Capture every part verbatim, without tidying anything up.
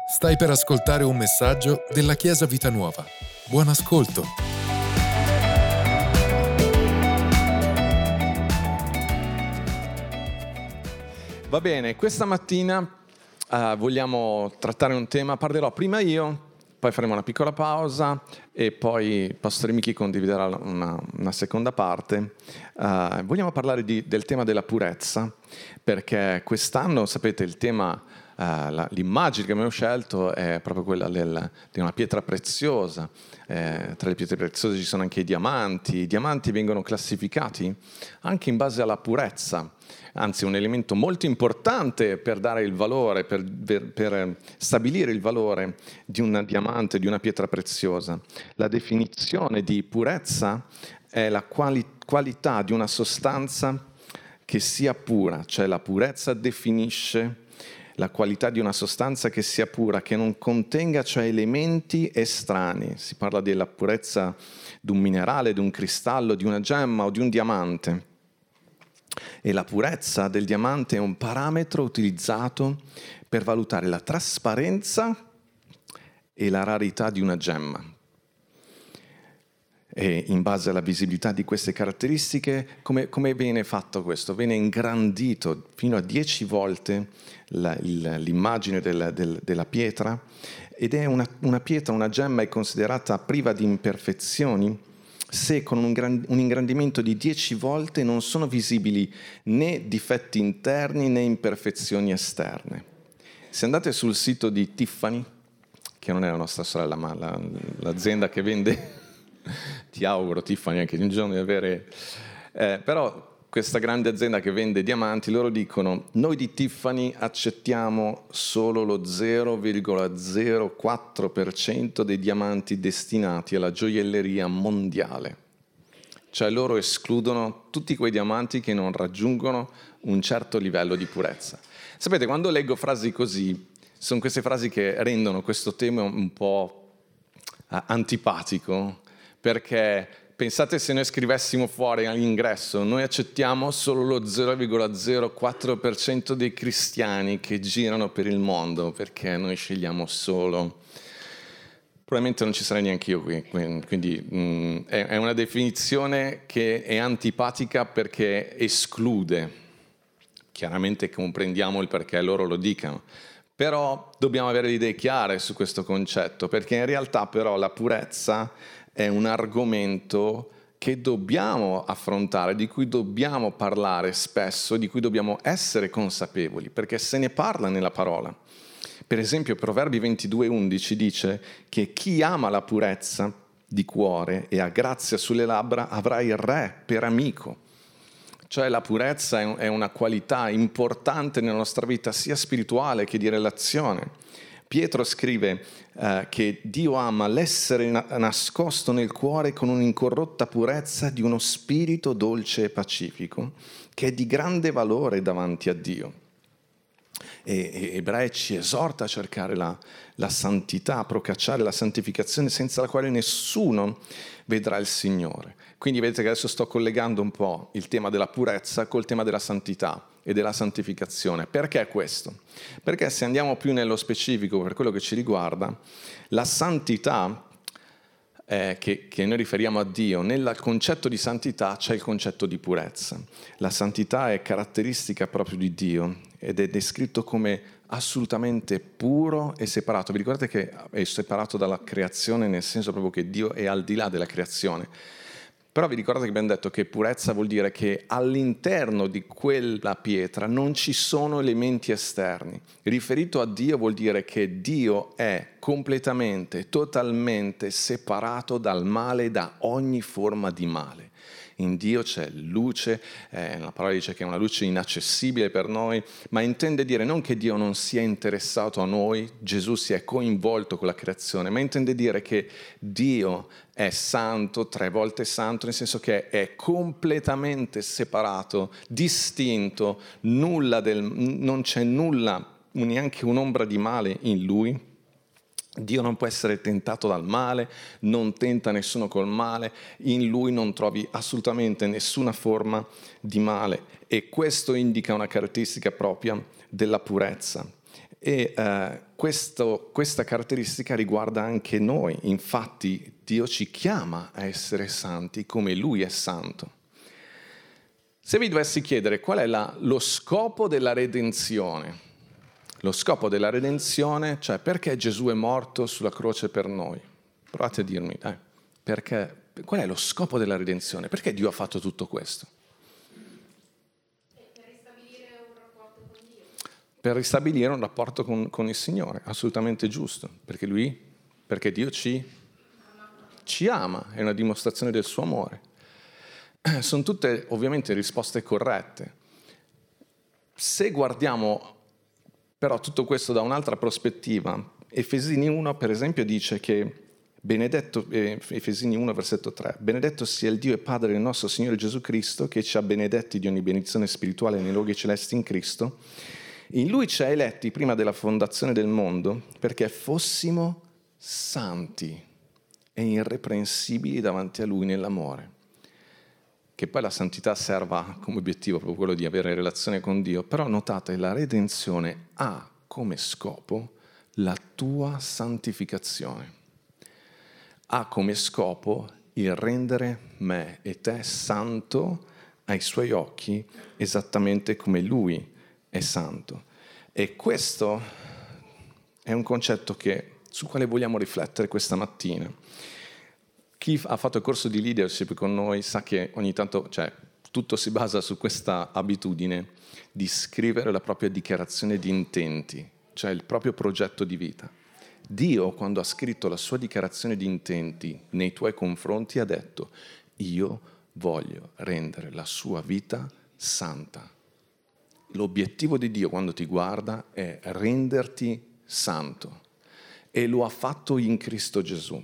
Stai per ascoltare un messaggio della Chiesa Vita Nuova. Buon ascolto. Va bene, questa mattina uh, vogliamo trattare un tema, parlerò prima io, poi faremo una piccola pausa e poi Pastore Michi condividerà una, una seconda parte. Uh, vogliamo parlare di, del tema della purezza, perché quest'anno, sapete, il tema... Uh, la, l'immagine che abbiamo scelto è proprio quella del, di una pietra preziosa. Eh, tra le pietre preziose ci sono anche i diamanti. I diamanti vengono classificati anche in base alla purezza, anzi un elemento molto importante per dare il valore, per, per, per stabilire il valore di un diamante, di una pietra preziosa. La definizione di purezza è la quali, qualità di una sostanza che sia pura, cioè la purezza definisce la qualità di una sostanza che sia pura, che non contenga cioè elementi estranei. Si parla della purezza di un minerale, di un cristallo, di una gemma o di un diamante. E la purezza del diamante è un parametro utilizzato per valutare la trasparenza e la rarità di una gemma. E in base alla visibilità di queste caratteristiche, come, come viene fatto questo? Viene ingrandito fino a dieci volte la, il, l'immagine del, del, della pietra, ed è una, una pietra, una gemma è considerata priva di imperfezioni se con un, gran, un ingrandimento di dieci volte non sono visibili né difetti interni né imperfezioni esterne. Se andate sul sito di Tiffany, che non è la nostra sorella ma la, l'azienda che vende... Ti auguro, Tiffany, anche di un giorno di avere... Eh, però questa grande azienda che vende diamanti, loro dicono: noi di Tiffany accettiamo solo lo zero virgola zero quattro per cento dei diamanti destinati alla gioielleria mondiale. Cioè loro escludono tutti quei diamanti che non raggiungono un certo livello di purezza. Sapete, quando leggo frasi così, sono queste frasi che rendono questo tema un po' antipatico, perché pensate se noi scrivessimo fuori all'ingresso: noi accettiamo solo lo zero virgola zero quattro per cento dei cristiani che girano per il mondo, perché noi scegliamo solo... Probabilmente non ci sarei neanche io qui, quindi mh, è, è una definizione che è antipatica perché esclude. Chiaramente comprendiamo il perché loro lo dicano, però dobbiamo avere le idee chiare su questo concetto, perché in realtà però la purezza è un argomento che dobbiamo affrontare, di cui dobbiamo parlare spesso, di cui dobbiamo essere consapevoli, perché se ne parla nella parola. Per esempio, Proverbi ventidue undici dice che chi ama la purezza di cuore e ha grazia sulle labbra avrà il re per amico. Cioè la purezza è una qualità importante nella nostra vita, sia spirituale che di relazione. Pietro scrive eh, che Dio ama l'essere na- nascosto nel cuore con un'incorrotta purezza di uno spirito dolce e pacifico, che è di grande valore davanti a Dio. E, e Ebrei ci esorta a cercare la, la santità, a procacciare la santificazione, senza la quale nessuno vedrà il Signore. Quindi vedete che adesso sto collegando un po' il tema della purezza col tema della santità e della santificazione. Perché questo? Perché se andiamo più nello specifico per quello che ci riguarda, la santità eh, che, che noi riferiamo a Dio, nel concetto di santità c'è il concetto di purezza. La santità è caratteristica proprio di Dio ed è descritto come assolutamente puro e separato. Vi ricordate che è separato dalla creazione, nel senso proprio che Dio è al di là della creazione. Però vi ricordate che abbiamo detto che purezza vuol dire che all'interno di quella pietra non ci sono elementi esterni. Riferito a Dio vuol dire che Dio è completamente, totalmente separato dal male, da ogni forma di male. In Dio c'è luce, eh, la parola dice che è una luce inaccessibile per noi, ma intende dire non che Dio non sia interessato a noi, Gesù si è coinvolto con la creazione, ma intende dire che Dio è santo, tre volte santo, nel senso che è completamente separato, distinto, nulla del, non c'è nulla, neanche un'ombra di male in Lui. Dio non può essere tentato dal male, non tenta nessuno col male, in Lui non trovi assolutamente nessuna forma di male, e questo indica una caratteristica propria della purezza. E eh, questo, questa caratteristica riguarda anche noi. Infatti Dio ci chiama a essere santi come Lui è santo. Se vi dovessi chiedere qual è la, lo scopo della redenzione, lo scopo della redenzione, cioè perché Gesù è morto sulla croce per noi, provate a dirmi, eh, perché, qual è lo scopo della redenzione? Perché Dio ha fatto tutto questo? Per ristabilire un rapporto con Dio. Per ristabilire un rapporto con, con il Signore, assolutamente giusto, perché Lui, perché Dio ci, ci ama, è una dimostrazione del suo amore. Sono tutte ovviamente risposte corrette. Se guardiamo però tutto questo da un'altra prospettiva, Efesini uno per esempio dice che benedetto, eh, Efesini uno versetto tre, benedetto sia il Dio e Padre del nostro Signore Gesù Cristo, che ci ha benedetti di ogni benedizione spirituale nei luoghi celesti in Cristo. In Lui ci ha eletti prima della fondazione del mondo perché fossimo santi e irreprensibili davanti a Lui nell'amore. Che poi la santità serva come obiettivo proprio quello di avere relazione con Dio, però notate, la redenzione ha come scopo la tua santificazione, ha come scopo il rendere me e te santo ai suoi occhi esattamente come Lui è santo. E questo è un concetto che, sul quale vogliamo riflettere questa mattina. Chi ha fatto il corso di leadership con noi sa che ogni tanto, cioè, tutto si basa su questa abitudine di scrivere la propria dichiarazione di intenti, cioè il proprio progetto di vita. Dio, quando ha scritto la sua dichiarazione di intenti nei tuoi confronti, ha detto: io voglio rendere la sua vita santa. L'obiettivo di Dio quando ti guarda è renderti santo, e lo ha fatto in Cristo Gesù.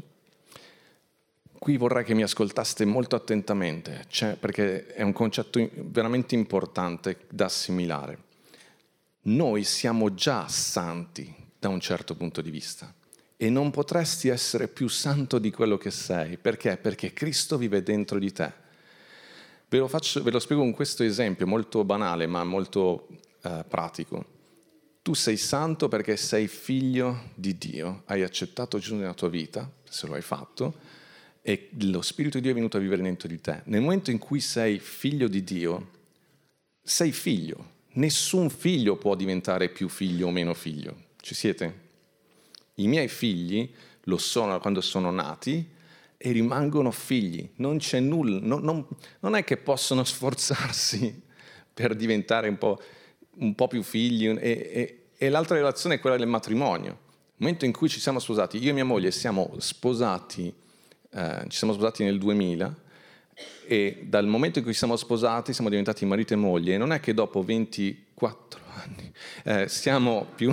Qui vorrei che mi ascoltaste molto attentamente, cioè, perché è un concetto veramente importante da assimilare. Noi siamo già santi da un certo punto di vista e non potresti essere più santo di quello che sei. Perché? Perché Cristo vive dentro di te. Ve lo, faccio, ve lo spiego con questo esempio molto banale ma molto eh, pratico. Tu sei santo perché sei figlio di Dio, hai accettato Gesù nella tua vita, se lo hai fatto, e lo Spirito di Dio è venuto a vivere dentro di te. Nel momento in cui sei figlio di Dio, sei figlio. Nessun figlio può diventare più figlio o meno figlio. Ci siete? I miei figli lo sono quando sono nati e rimangono figli. Non c'è nulla. Non, non, non è che possono sforzarsi per diventare un po', un po' più figli. E, e, e l'altra relazione è quella del matrimonio. Nel momento in cui ci siamo sposati, io e mia moglie siamo sposati, Eh, ci siamo sposati nel duemila, e dal momento in cui siamo sposati siamo diventati marito e moglie, e non è che dopo ventiquattro anni eh, siamo più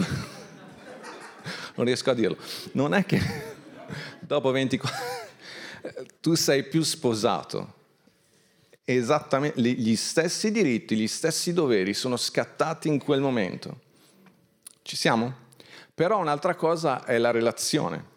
non riesco a dirlo non è che dopo ventiquattro tu sei più sposato, esattamente gli stessi diritti, gli stessi doveri sono scattati in quel momento. Ci siamo? Però un'altra cosa è la relazione.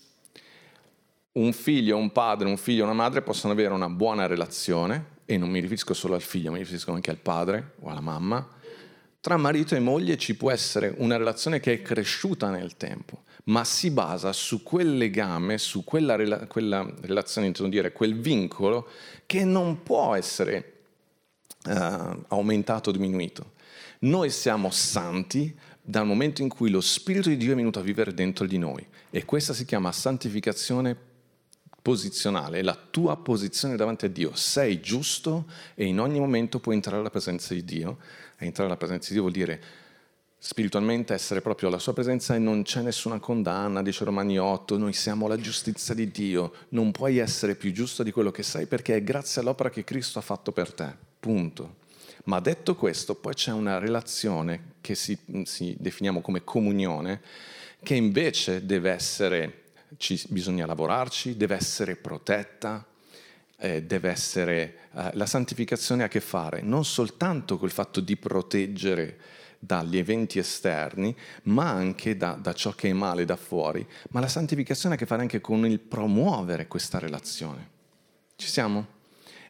Un figlio, un padre, un figlio e una madre possono avere una buona relazione, e non mi riferisco solo al figlio, mi riferisco anche al padre o alla mamma. Tra marito e moglie ci può essere una relazione che è cresciuta nel tempo, ma si basa su quel legame, su quella, rela- quella relazione, intendo dire, quel vincolo che non può essere uh, aumentato o diminuito. Noi siamo santi dal momento in cui lo Spirito di Dio è venuto a vivere dentro di noi, e questa si chiama santificazione posizionale, la tua posizione davanti a Dio. Sei giusto e in ogni momento puoi entrare alla presenza di Dio. E entrare alla presenza di Dio vuol dire spiritualmente essere proprio alla sua presenza, e non c'è nessuna condanna, dice Romani otto, noi siamo la giustizia di Dio, non puoi essere più giusto di quello che sei perché è grazie all'opera che Cristo ha fatto per te, punto. Ma detto questo, poi c'è una relazione che si, si definiamo come comunione, che invece deve essere, ci, bisogna lavorarci, deve essere protetta, eh, deve essere, eh, la santificazione ha a che fare non soltanto col fatto di proteggere dagli eventi esterni, ma anche da, da ciò che è male da fuori, ma la santificazione ha a che fare anche con il promuovere questa relazione. Ci siamo?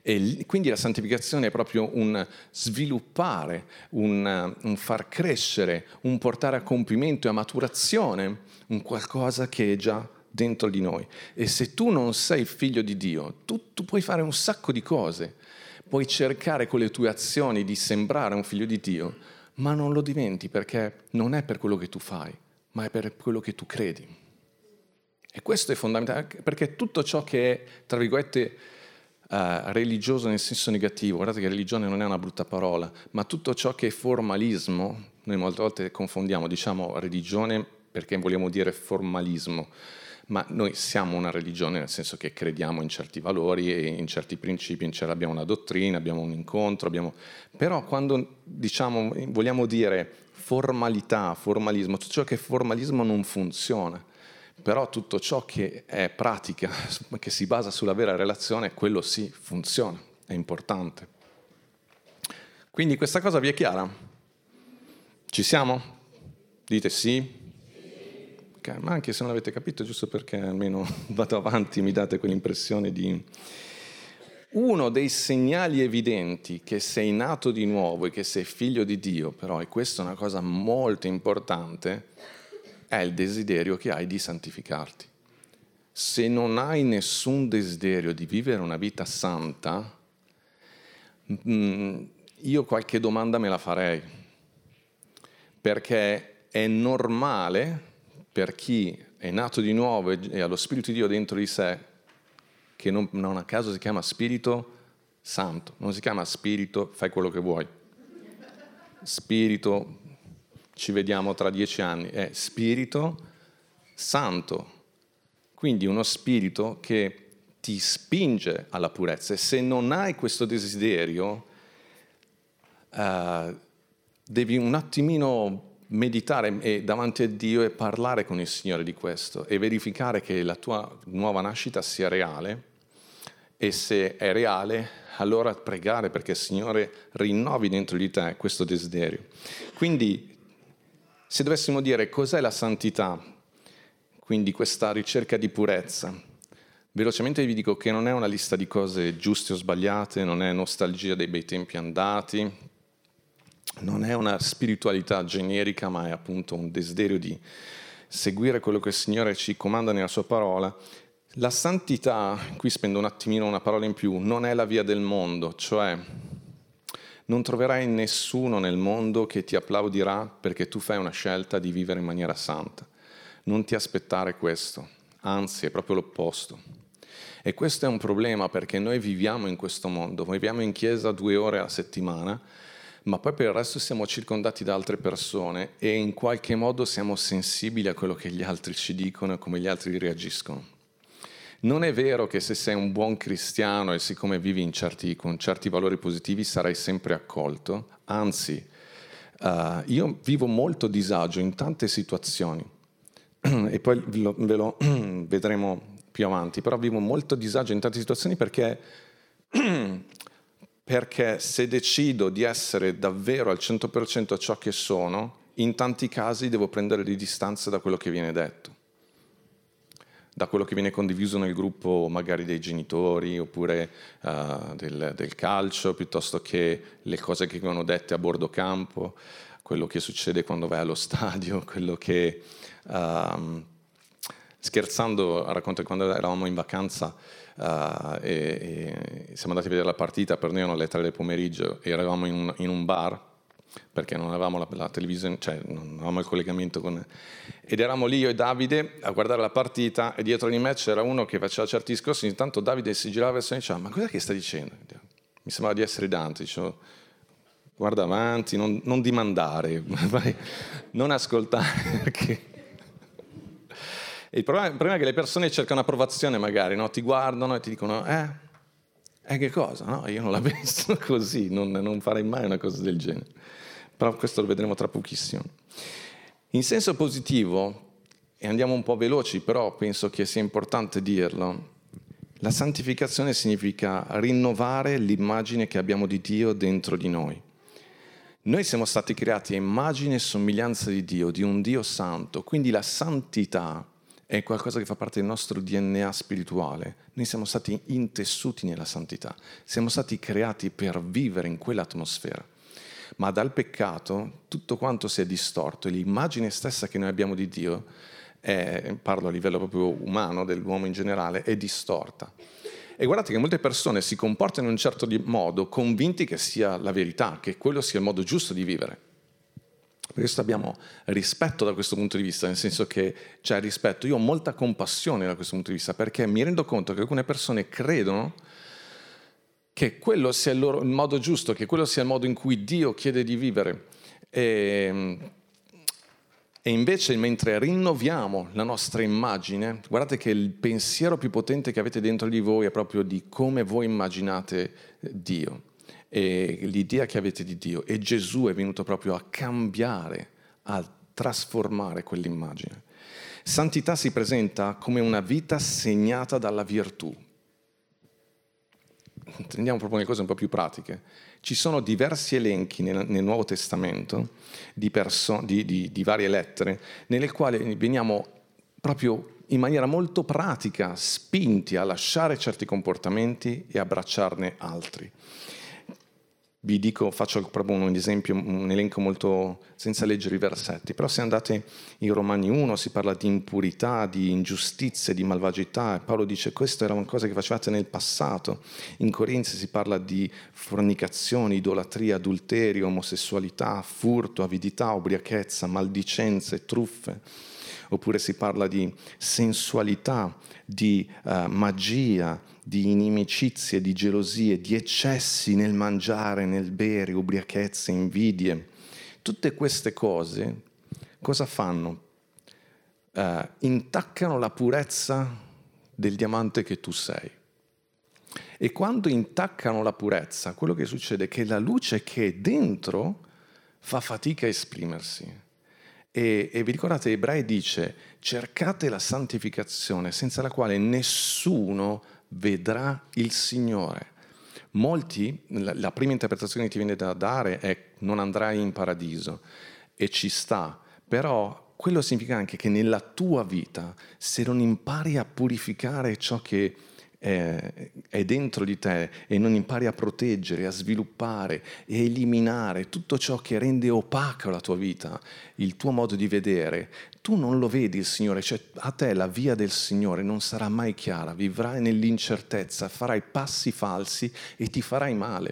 E quindi la santificazione è proprio un sviluppare, un, un far crescere, un portare a compimento e a maturazione un qualcosa che è già dentro di noi. E se tu non sei figlio di Dio, tu, tu puoi fare un sacco di cose, puoi cercare con le tue azioni di sembrare un figlio di Dio, ma non lo diventi perché non è per quello che tu fai, ma è per quello che tu credi. E questo è fondamentale, perché tutto ciò che è, tra virgolette, uh, religioso nel senso negativo, guardate che religione non è una brutta parola, ma tutto ciò che è formalismo, noi molte volte confondiamo, diciamo religione perché vogliamo dire formalismo, ma noi siamo una religione nel senso che crediamo in certi valori e in certi principi, in certi, abbiamo una dottrina, abbiamo un incontro, abbiamo... però quando diciamo vogliamo dire formalità, formalismo, tutto ciò che è formalismo non funziona, però tutto ciò che è pratica, che si basa sulla vera relazione, quello sì funziona, è importante. Quindi questa cosa vi è chiara? Ci siamo? Dite sì? Ma anche se non avete capito, giusto perché almeno vado avanti, mi date quell'impressione di... Uno dei segnali evidenti che sei nato di nuovo e che sei figlio di Dio, però, e questa è una cosa molto importante, è il desiderio che hai di santificarti. Se non hai nessun desiderio di vivere una vita santa, io qualche domanda me la farei, perché è normale... per chi è nato di nuovo e ha lo Spirito di Dio dentro di sé, che non, non a caso si chiama Spirito Santo, non si chiama Spirito fai quello che vuoi, Spirito ci vediamo tra dieci anni, è Spirito Santo, quindi uno Spirito che ti spinge alla purezza. E se non hai questo desiderio, uh, devi un attimino meditare e davanti a Dio e parlare con il Signore di questo e verificare che la tua nuova nascita sia reale, e se è reale allora pregare perché il Signore rinnovi dentro di te questo desiderio. Quindi se dovessimo dire cos'è la santità, quindi questa ricerca di purezza, velocemente vi dico che non è una lista di cose giuste o sbagliate, non è nostalgia dei bei tempi andati, non è una spiritualità generica, ma è appunto un desiderio di seguire quello che il Signore ci comanda nella sua parola. La santità, qui spendo un attimino una parola in più, non è la via del mondo, cioè non troverai nessuno nel mondo che ti applaudirà perché tu fai una scelta di vivere in maniera santa. Non ti aspettare questo, anzi è proprio l'opposto. E questo è un problema perché noi viviamo in questo mondo, viviamo in chiesa due ore alla settimana, ma poi per il resto siamo circondati da altre persone e in qualche modo siamo sensibili a quello che gli altri ci dicono e come gli altri reagiscono. Non è vero che se sei un buon cristiano e siccome vivi in certi, con certi valori positivi sarai sempre accolto, anzi, uh, io vivo molto disagio in tante situazioni e poi ve lo, ve lo vedremo più avanti, però vivo molto disagio in tante situazioni perché... perché se decido di essere davvero al cento per cento ciò che sono, in tanti casi devo prendere le distanze da quello che viene detto, da quello che viene condiviso nel gruppo magari dei genitori, oppure uh, del, del calcio, piuttosto che le cose che vengono dette a bordo campo, quello che succede quando vai allo stadio, quello che... Um, scherzando, racconto che quando eravamo in vacanza uh, e, e siamo andati a vedere la partita, per noi erano le tre del pomeriggio e eravamo in un, in un bar perché non avevamo la, la televisione, cioè non avevamo il collegamento con... ed eravamo lì io e Davide a guardare la partita e dietro di me c'era uno che faceva certi discorsi, intanto Davide si girava verso me e diceva: ma cos'è che sta dicendo? Mi sembrava di essere Dante, dicevo: guarda avanti, non, non dimandare, non ascoltare perché... Il problema, il problema è che le persone cercano approvazione magari, no? Ti guardano e ti dicono eh, eh che cosa? No, io non la penso così, non, non farei mai una cosa del genere. Però questo lo vedremo tra pochissimo. In senso positivo, e andiamo un po' veloci, però penso che sia importante dirlo, la santificazione significa rinnovare l'immagine che abbiamo di Dio dentro di noi. Noi siamo stati creati a immagine e somiglianza di Dio, di un Dio santo, quindi la santità è qualcosa che fa parte del nostro D N A spirituale. Noi siamo stati intessuti nella santità, siamo stati creati per vivere in quell'atmosfera. Ma dal peccato tutto quanto si è distorto e l'immagine stessa che noi abbiamo di Dio, è, parlo a livello proprio umano, dell'uomo in generale, è distorta. E guardate che molte persone si comportano in un certo modo convinti che sia la verità, che quello sia il modo giusto di vivere. Per questo abbiamo rispetto da questo punto di vista, nel senso che c'è rispetto. Io ho molta compassione da questo punto di vista, perché mi rendo conto che alcune persone credono che quello sia il, loro, il modo giusto, che quello sia il modo in cui Dio chiede di vivere. E, e invece, mentre rinnoviamo la nostra immagine, guardate che il pensiero più potente che avete dentro di voi è proprio di come voi immaginate Dio. E l'idea che avete di Dio, e Gesù è venuto proprio a cambiare, a trasformare quell'immagine. Santità si presenta come una vita segnata dalla virtù. Prendiamo proprio le cose un po' più pratiche. Ci sono diversi elenchi nel, nel Nuovo Testamento di, perso- di, di, di varie lettere, nelle quali veniamo proprio in maniera molto pratica spinti a lasciare certi comportamenti e abbracciarne altri. Vi dico, faccio proprio un esempio, un elenco molto, senza leggere i versetti, però se andate in Romani uno si parla di impurità, di ingiustizie, di malvagità, e Paolo dice queste erano cose che facevate nel passato. In Corinzi si parla di fornicazione, idolatria, adulterio, omosessualità, furto, avidità, ubriachezza, maldicenze, truffe. Oppure si parla di sensualità, di uh, magia, di inimicizie, di gelosie, di eccessi nel mangiare, nel bere, ubriachezze, invidie. Tutte queste cose cosa fanno? Uh, intaccano la purezza del diamante che tu sei. E quando intaccano la purezza, quello che succede è che la luce che è dentro fa fatica a esprimersi. E, e vi ricordate, Ebrei dice, cercate la santificazione senza la quale nessuno vedrà il Signore. Molti, la, la prima interpretazione che ti viene da dare è non andrai in paradiso, e ci sta, però quello significa anche che nella tua vita, se non impari a purificare ciò che è, è dentro di te e non impari a proteggere, a sviluppare e eliminare tutto ciò che rende opaca la tua vita, il tuo modo di vedere, tu non lo vedi il Signore, cioè a te la via del Signore non sarà mai chiara, vivrai nell'incertezza, farai passi falsi e ti farai male.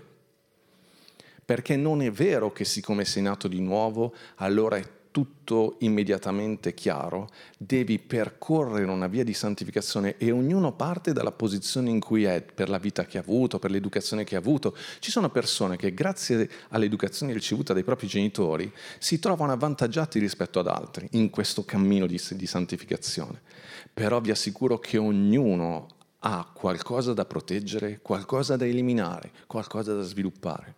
Perché non è vero che siccome sei nato di nuovo, allora è tutto immediatamente chiaro, devi percorrere una via di santificazione e ognuno parte dalla posizione in cui è, per la vita che ha avuto, per l'educazione che ha avuto. Ci sono persone che grazie all'educazione ricevuta dai propri genitori si trovano avvantaggiati rispetto ad altri in questo cammino di, di santificazione. Però vi assicuro che ognuno ha qualcosa da proteggere, qualcosa da eliminare, qualcosa da sviluppare.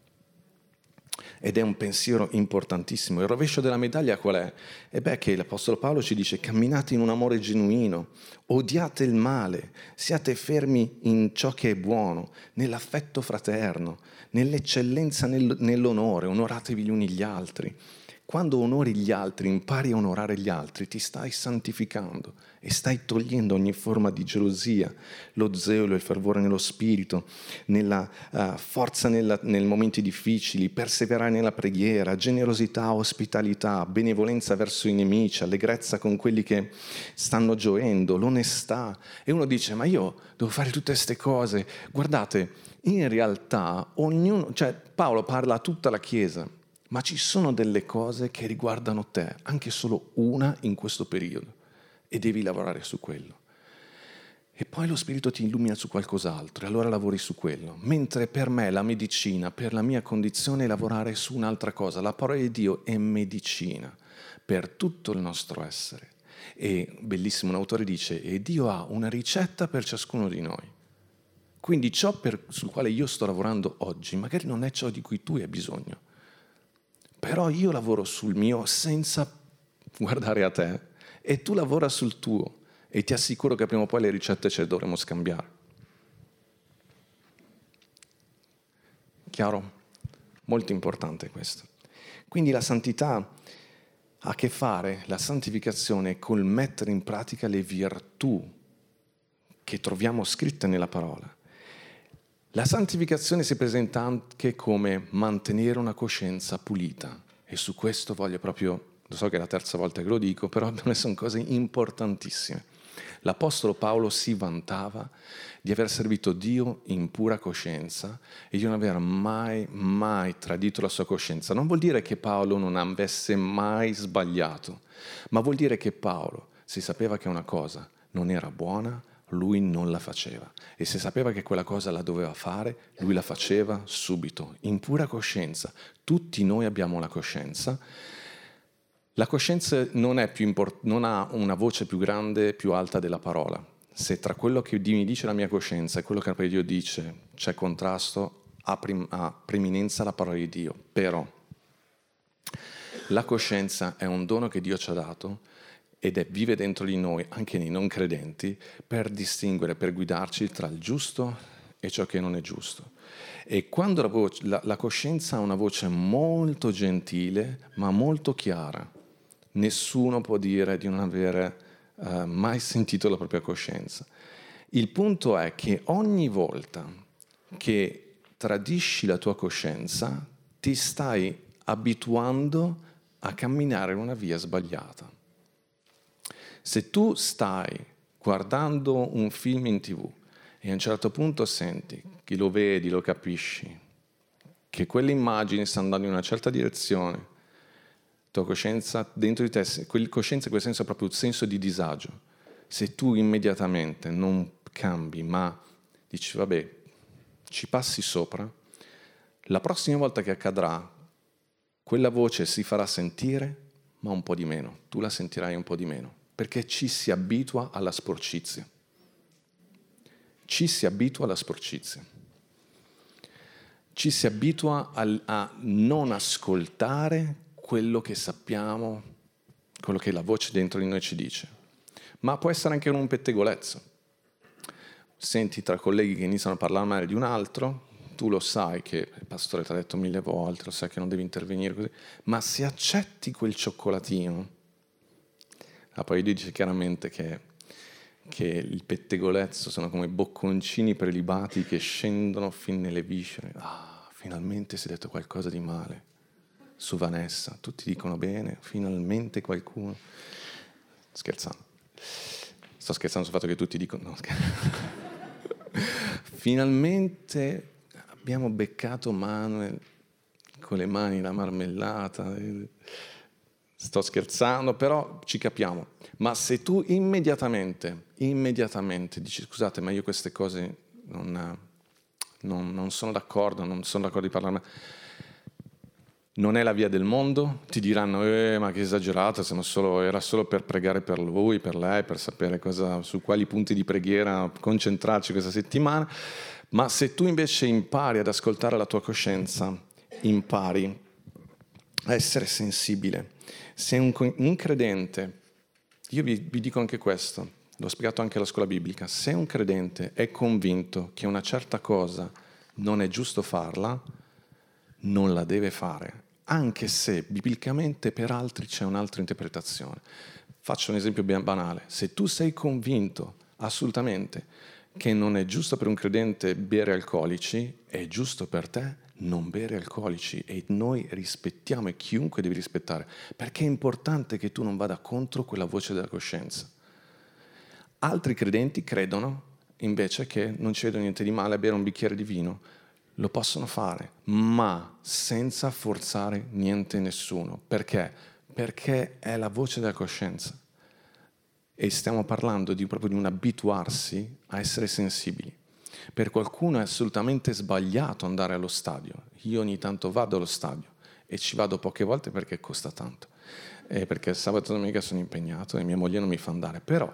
Ed è un pensiero importantissimo. Il rovescio della medaglia qual è? E beh, che l'Apostolo Paolo ci dice: camminate in un amore genuino, odiate il male, siate fermi in ciò che è buono, nell'affetto fraterno, nell'eccellenza, nel, nell'onore, onoratevi gli uni gli altri. Quando onori gli altri, impari a onorare gli altri, ti stai santificando e stai togliendo ogni forma di gelosia, lo zelo, il fervore nello spirito, nella uh, forza nella, nei momenti difficili, perseverare nella preghiera, generosità, ospitalità, benevolenza verso i nemici, allegrezza con quelli che stanno gioendo, l'onestà. E uno dice: ma io devo fare tutte queste cose. Guardate, in realtà ognuno, cioè Paolo parla a tutta la Chiesa, ma ci sono delle cose che riguardano te, anche solo una in questo periodo, e devi lavorare su quello. E poi lo Spirito ti illumina su qualcos'altro, e allora lavori su quello. Mentre per me la medicina, per la mia condizione, è lavorare su un'altra cosa. La parola di Dio è medicina per tutto il nostro essere. E bellissimo, un autore dice: e Dio ha una ricetta per ciascuno di noi. Quindi ciò per, sul quale io sto lavorando oggi, magari non è ciò di cui tu hai bisogno. Però io lavoro sul mio senza guardare a te, e tu lavora sul tuo, e ti assicuro che prima o poi le ricette ce le dovremo scambiare. Chiaro? Molto importante questo. Quindi la santità ha a che fare la santificazione col mettere in pratica le virtù che troviamo scritte nella parola. La santificazione si presenta anche come mantenere una coscienza pulita, e su questo voglio proprio, lo so che è la terza volta che lo dico, però sono cose importantissime. L'Apostolo Paolo si vantava di aver servito Dio in pura coscienza e di non aver mai, mai tradito la sua coscienza. Non vuol dire che Paolo non avesse mai sbagliato, ma vuol dire che Paolo, se sapeva che una cosa non era buona, lui non la faceva. E se sapeva che quella cosa la doveva fare, lui la faceva subito, in pura coscienza. Tutti noi abbiamo la coscienza. La coscienza non, è più import- non ha una voce più grande, più alta della parola. Se tra quello che mi dice la mia coscienza e quello che Dio dice c'è contrasto, ha, prim- ha preeminenza la parola di Dio. Però la coscienza è un dono che Dio ci ha dato ed è, vive dentro di noi, anche nei non credenti, per distinguere, per guidarci tra il giusto e ciò che non è giusto. E quando la, voce, la, la coscienza ha una voce molto gentile, ma molto chiara, nessuno può dire di non avere uh, mai sentito la propria coscienza. Il punto è che ogni volta che tradisci la tua coscienza, ti stai abituando a camminare in una via sbagliata. Se tu stai guardando un film in tv e a un certo punto senti che lo vedi, lo capisci, che quelle immagini stanno andando in una certa direzione, tua coscienza, dentro di te, quel coscienza, quel senso è proprio un senso di disagio. Se tu immediatamente non cambi, ma dici, vabbè, ci passi sopra, la prossima volta che accadrà, quella voce si farà sentire, ma un po' di meno. Tu la sentirai un po' di meno, perché ci si abitua alla sporcizia. Ci si abitua alla sporcizia. Ci si abitua a, a non ascoltare quello che sappiamo, quello che la voce dentro di noi ci dice. Ma può essere anche un pettegolezzo. Senti tra colleghi che iniziano a parlare male di un altro, tu lo sai che il pastore ti ha detto mille volte, lo sai che non devi intervenire così, ma se accetti quel cioccolatino, ah, poi dice chiaramente che, che il pettegolezzo sono come bocconcini prelibati che scendono fin nelle viscere. Ah, finalmente si è detto qualcosa di male su Vanessa, tutti dicono bene, finalmente qualcuno. Scherzando. Sto scherzando sul fatto che tutti dicono no, finalmente abbiamo beccato Manuel con le mani la marmellata. Sto scherzando, però ci capiamo. Ma se tu immediatamente, immediatamente dici scusate, ma io queste cose non, non, non sono d'accordo, non sono d'accordo di parlare, non è la via del mondo, ti diranno eh, ma che esagerato, siamo solo, era solo per pregare per lui, per lei, per sapere cosa, su quali punti di preghiera concentrarci questa settimana. Ma se tu invece impari ad ascoltare la tua coscienza, impari a essere sensibile. Se un, un credente, io vi, vi dico anche questo, l'ho spiegato anche alla scuola biblica, se un credente è convinto che una certa cosa non è giusto farla, non la deve fare, anche se biblicamente per altri c'è un'altra interpretazione. Faccio un esempio ben banale. Se tu sei convinto assolutamente che non è giusto per un credente bere alcolici, è giusto per te non bere alcolici, e noi rispettiamo, e chiunque devi rispettare, perché è importante che tu non vada contro quella voce della coscienza. Altri credenti credono invece che non ci vedo niente di male a bere un bicchiere di vino. Lo possono fare, ma senza forzare niente e nessuno. Perché? Perché è la voce della coscienza. E stiamo parlando di, proprio di un abituarsi a essere sensibili. Per qualcuno è assolutamente sbagliato andare allo stadio. Io ogni tanto vado allo stadio e ci vado poche volte perché costa tanto. E perché sabato e domenica sono impegnato e mia moglie non mi fa andare. Però,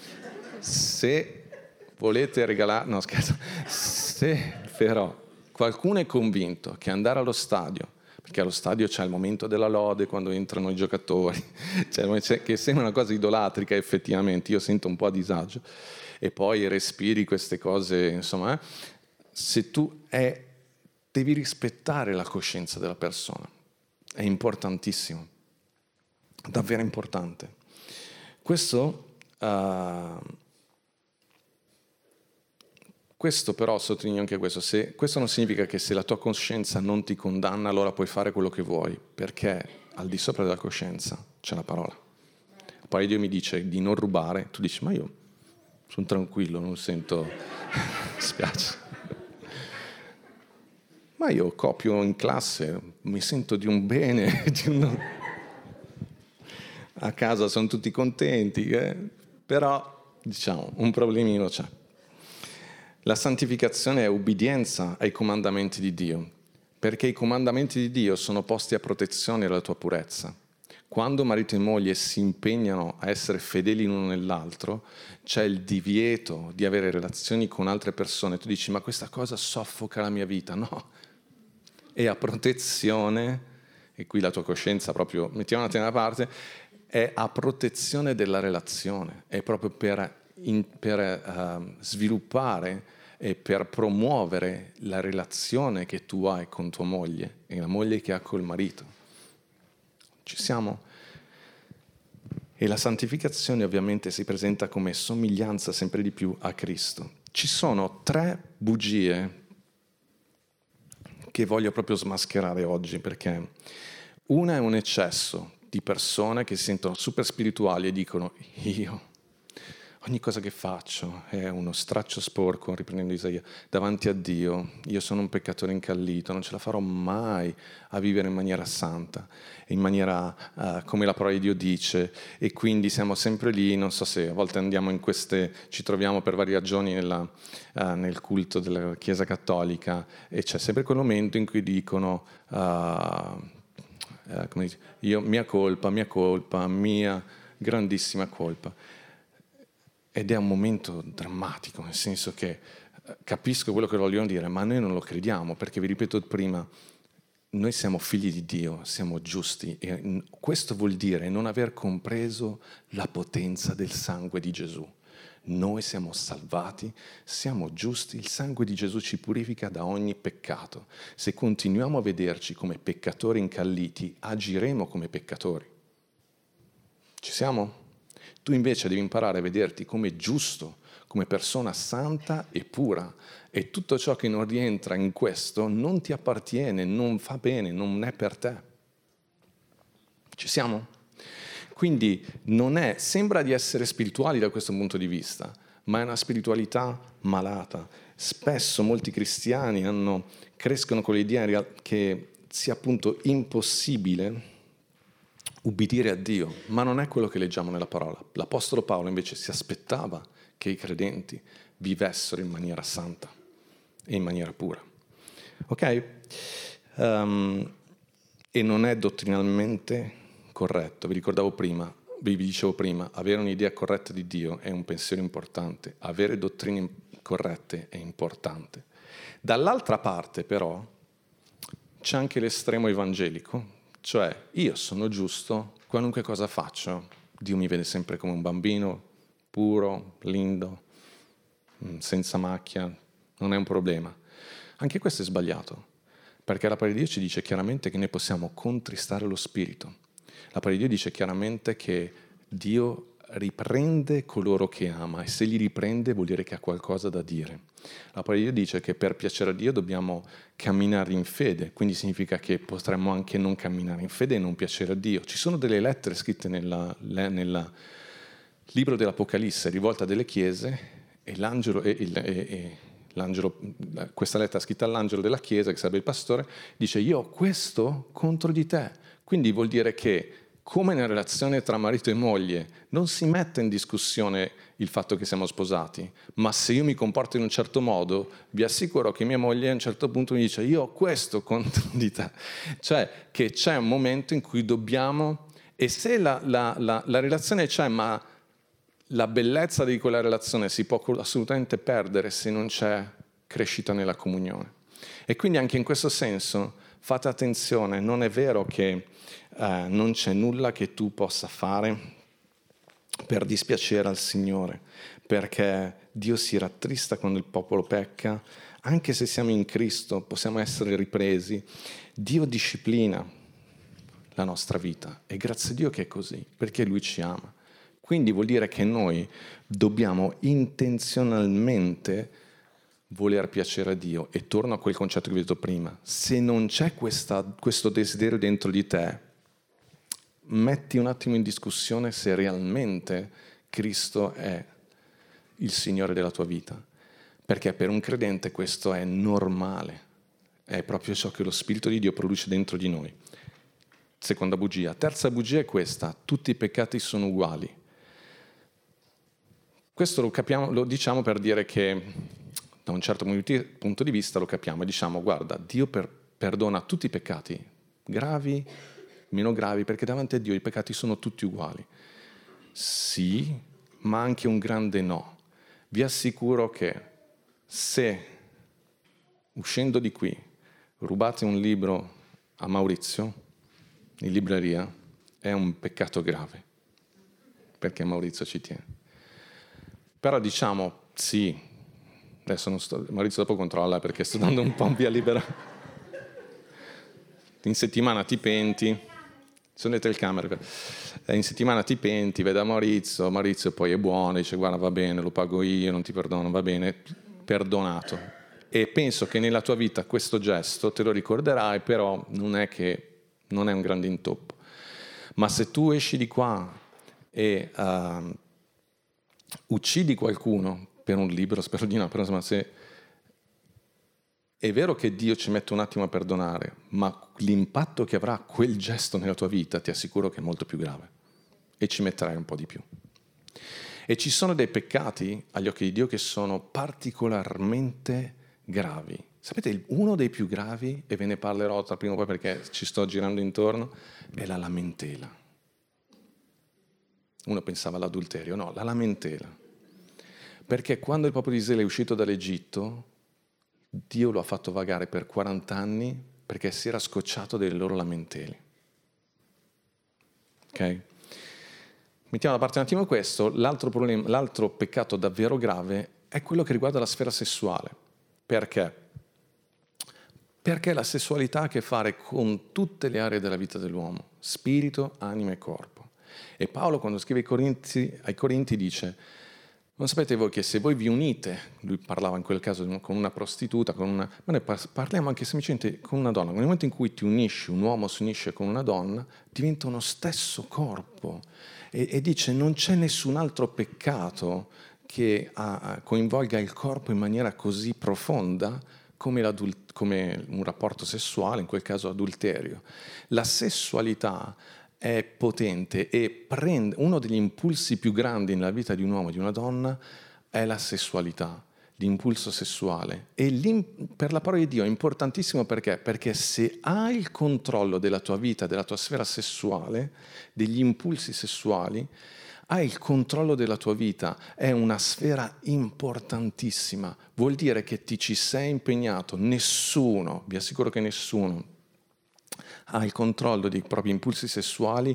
se volete regalare... No, scherzo. Se però... qualcuno è convinto che andare allo stadio, perché allo stadio c'è il momento della lode quando entrano i giocatori, cioè, che sembra una cosa idolatrica effettivamente, io sento un po' a disagio, e poi respiri queste cose, insomma, eh, se tu è, devi rispettare la coscienza della persona, è importantissimo. davvero importante. Questo, uh, questo però, sottolineo anche questo, se, questo non significa che se la tua coscienza non ti condanna, allora puoi fare quello che vuoi, perché al di sopra della coscienza c'è la parola. Poi Dio mi dice di non rubare, tu dici, ma io sono tranquillo, non sento, mi spiace. Ma io copio in classe, mi sento di un bene, di un... a casa sono tutti contenti, eh? Però diciamo un problemino c'è. La santificazione è ubbidienza ai comandamenti di Dio, perché i comandamenti di Dio sono posti a protezione della tua purezza. Quando marito e moglie si impegnano a essere fedeli l'uno nell'altro, c'è il divieto di avere relazioni con altre persone. Tu dici, ma questa cosa soffoca la mia vita. No, è a protezione, e qui la tua coscienza proprio, mettiamola da parte, è a protezione della relazione, è proprio per, in, per uh, sviluppare e per promuovere la relazione che tu hai con tua moglie e la moglie che ha col marito. Ci siamo? E la santificazione ovviamente si presenta come somiglianza sempre di più a Cristo. Ci sono tre bugie che voglio proprio smascherare oggi, perché una è un eccesso di persone che si sentono super spirituali e dicono io, ogni cosa che faccio è uno straccio sporco, riprendendo Isaia, davanti a Dio, io sono un peccatore incallito, non ce la farò mai a vivere in maniera santa, in maniera uh, come la parola di Dio dice, e quindi siamo sempre lì, non so se a volte andiamo in queste, ci troviamo per varie ragioni nella, uh, nel culto della Chiesa Cattolica e c'è sempre quel momento in cui dicono uh, uh, come dice, io, mia colpa, mia colpa, mia grandissima colpa. Ed è un momento drammatico, nel senso che capisco quello che vogliono dire, ma noi non lo crediamo, perché vi ripeto prima, noi siamo figli di Dio, siamo giusti, e questo vuol dire non aver compreso la potenza del sangue di Gesù. Noi siamo salvati, siamo giusti, il sangue di Gesù ci purifica da ogni peccato. Se continuiamo a vederci come peccatori incalliti, agiremo come peccatori. Ci siamo? Tu invece devi imparare a vederti come giusto, come persona santa e pura, e tutto ciò che non rientra in questo non ti appartiene, non fa bene, non è per te. Ci siamo? Quindi non è, sembra di essere spirituali da questo punto di vista, ma è una spiritualità malata. Spesso molti cristiani hanno, crescono con l'idea che sia appunto impossibile ubbidire a Dio, ma non è quello che leggiamo nella parola. L'Apostolo Paolo invece si aspettava che i credenti vivessero in maniera santa e in maniera pura. Ok? Um, e non è dottrinalmente corretto. Vi ricordavo prima, vi dicevo prima, avere un'idea corretta di Dio è un pensiero importante, avere dottrine corrette è importante. Dall'altra parte però c'è anche l'estremo evangelico, cioè io sono giusto, qualunque cosa faccio, Dio mi vede sempre come un bambino, puro, lindo, senza macchia, non è un problema. Anche questo è sbagliato, perché la parola di Dio ci dice chiaramente che noi possiamo contristare lo spirito. La parola di Dio dice chiaramente che Dio riprende coloro che ama, e se li riprende vuol dire che ha qualcosa da dire. La parola di Dio dice che per piacere a Dio dobbiamo camminare in fede, quindi significa che potremmo anche non camminare in fede e non piacere a Dio. Ci sono delle lettere scritte nel libro dell'Apocalisse rivolte a delle chiese, e l'angelo, e, e, e, l'angelo, questa lettera scritta all'angelo della chiesa, che sarebbe il pastore, dice io ho questo contro di te. Quindi vuol dire che come nella relazione tra marito e moglie non si mette in discussione il fatto che siamo sposati, ma se io mi comporto in un certo modo, vi assicuro che mia moglie a un certo punto mi dice io ho questo contro di te. Cioè che c'è un momento in cui dobbiamo, e se la, la, la, la relazione c'è, ma la bellezza di quella relazione si può assolutamente perdere se non c'è crescita nella comunione. E quindi anche in questo senso fate attenzione, non è vero che eh, non c'è nulla che tu possa fare per dispiacere al Signore, perché Dio si rattrista quando il popolo pecca, anche se siamo in Cristo possiamo essere ripresi. Dio disciplina, la nostra vita. E grazie a Dio che è così, perché Lui ci ama. Quindi vuol dire che noi dobbiamo intenzionalmente voler piacere a Dio. E torno a quel concetto che vi ho detto prima. Se non c'è questa, questo desiderio dentro di te, metti un attimo in discussione se realmente Cristo è il Signore della tua vita. Perché per un credente questo è normale. È proprio ciò che lo Spirito di Dio produce dentro di noi. Seconda bugia. Terza bugia è questa: tutti i peccati sono uguali. Questo lo capiamo, lo diciamo per dire che da un certo punto di vista lo capiamo e diciamo: guarda, Dio per, perdona tutti i peccati, gravi, meno gravi, perché davanti a Dio i peccati sono tutti uguali. Sì, ma anche un grande no. Vi assicuro che se uscendo di qui rubate un libro a Maurizio in libreria, è un peccato grave, perché Maurizio ci tiene. Però diciamo, sì, adesso non sto, Maurizio dopo controlla perché sto dando un po' via libera. In settimana ti penti, sono le telecamere, in settimana ti penti, vede Maurizio, Maurizio poi è buono, dice guarda va bene, lo pago io, non ti perdono, va bene, perdonato. E penso che nella tua vita questo gesto te lo ricorderai, però non è che non è un grande intoppo. Ma se tu esci di qua e uh, uccidi qualcuno per un libro, spero di no, però insomma se è vero che Dio ci mette un attimo a perdonare, ma l'impatto che avrà quel gesto nella tua vita ti assicuro che è molto più grave e ci metterai un po' di più. E ci sono dei peccati agli occhi di Dio che sono particolarmente gravi. Sapete, uno dei più gravi, e ve ne parlerò tra prima o poi perché ci sto girando intorno, è la lamentela. Uno pensava all'adulterio, no, la lamentela. Perché quando il popolo di Israele è uscito dall'Egitto, Dio lo ha fatto vagare per quaranta anni perché si era scocciato delle loro lamentele. Ok? Mettiamo da parte un attimo questo. L'altro problema, l'altro peccato davvero grave è quello che riguarda la sfera sessuale. Perché? Perché la sessualità ha a che fare con tutte le aree della vita dell'uomo, spirito, anima e corpo. E Paolo, quando scrive ai Corinti, ai Corinti dice: non sapete voi che se voi vi unite, lui parlava in quel caso con una prostituta, con una, ma noi parliamo anche semplicemente con una donna, nel momento in cui ti unisci, un uomo si unisce con una donna, diventa uno stesso corpo. E, e dice: non c'è nessun altro peccato che ha, coinvolga il corpo in maniera così profonda come, come un rapporto sessuale, in quel caso adulterio. La sessualità è potente e prende, uno degli impulsi più grandi nella vita di un uomo e di una donna è la sessualità, l'impulso sessuale. E per la parola di Dio è importantissimo perché? Perché se hai il controllo della tua vita, della tua sfera sessuale, degli impulsi sessuali, hai il controllo della tua vita, è una sfera importantissima. Vuol dire che ti ci sei impegnato, nessuno, vi assicuro che nessuno, ha il controllo dei propri impulsi sessuali uh,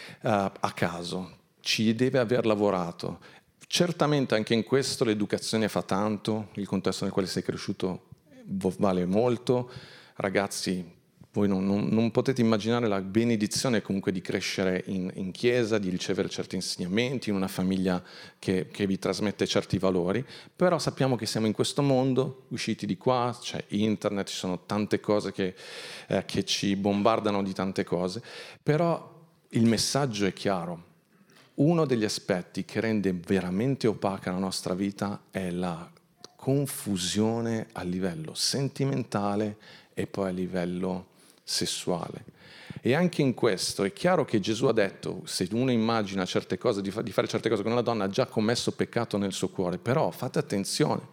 a caso, ci deve aver lavorato. Certamente anche in questo l'educazione fa tanto, il contesto nel quale sei cresciuto vale molto. Ragazzi, voi non, non, non potete immaginare la benedizione comunque di crescere in, in chiesa, di ricevere certi insegnamenti, in una famiglia che, che vi trasmette certi valori, però sappiamo che siamo in questo mondo, usciti di qua, c'è internet, ci sono tante cose che, eh, che ci bombardano di tante cose, però il messaggio è chiaro. Uno degli aspetti che rende veramente opaca la nostra vita è la confusione a livello sentimentale e poi a livello sessuale. E anche in questo è chiaro che Gesù ha detto: se uno immagina certe cose, di, fa- di fare certe cose con una donna, ha già commesso peccato nel suo cuore. Però fate attenzione,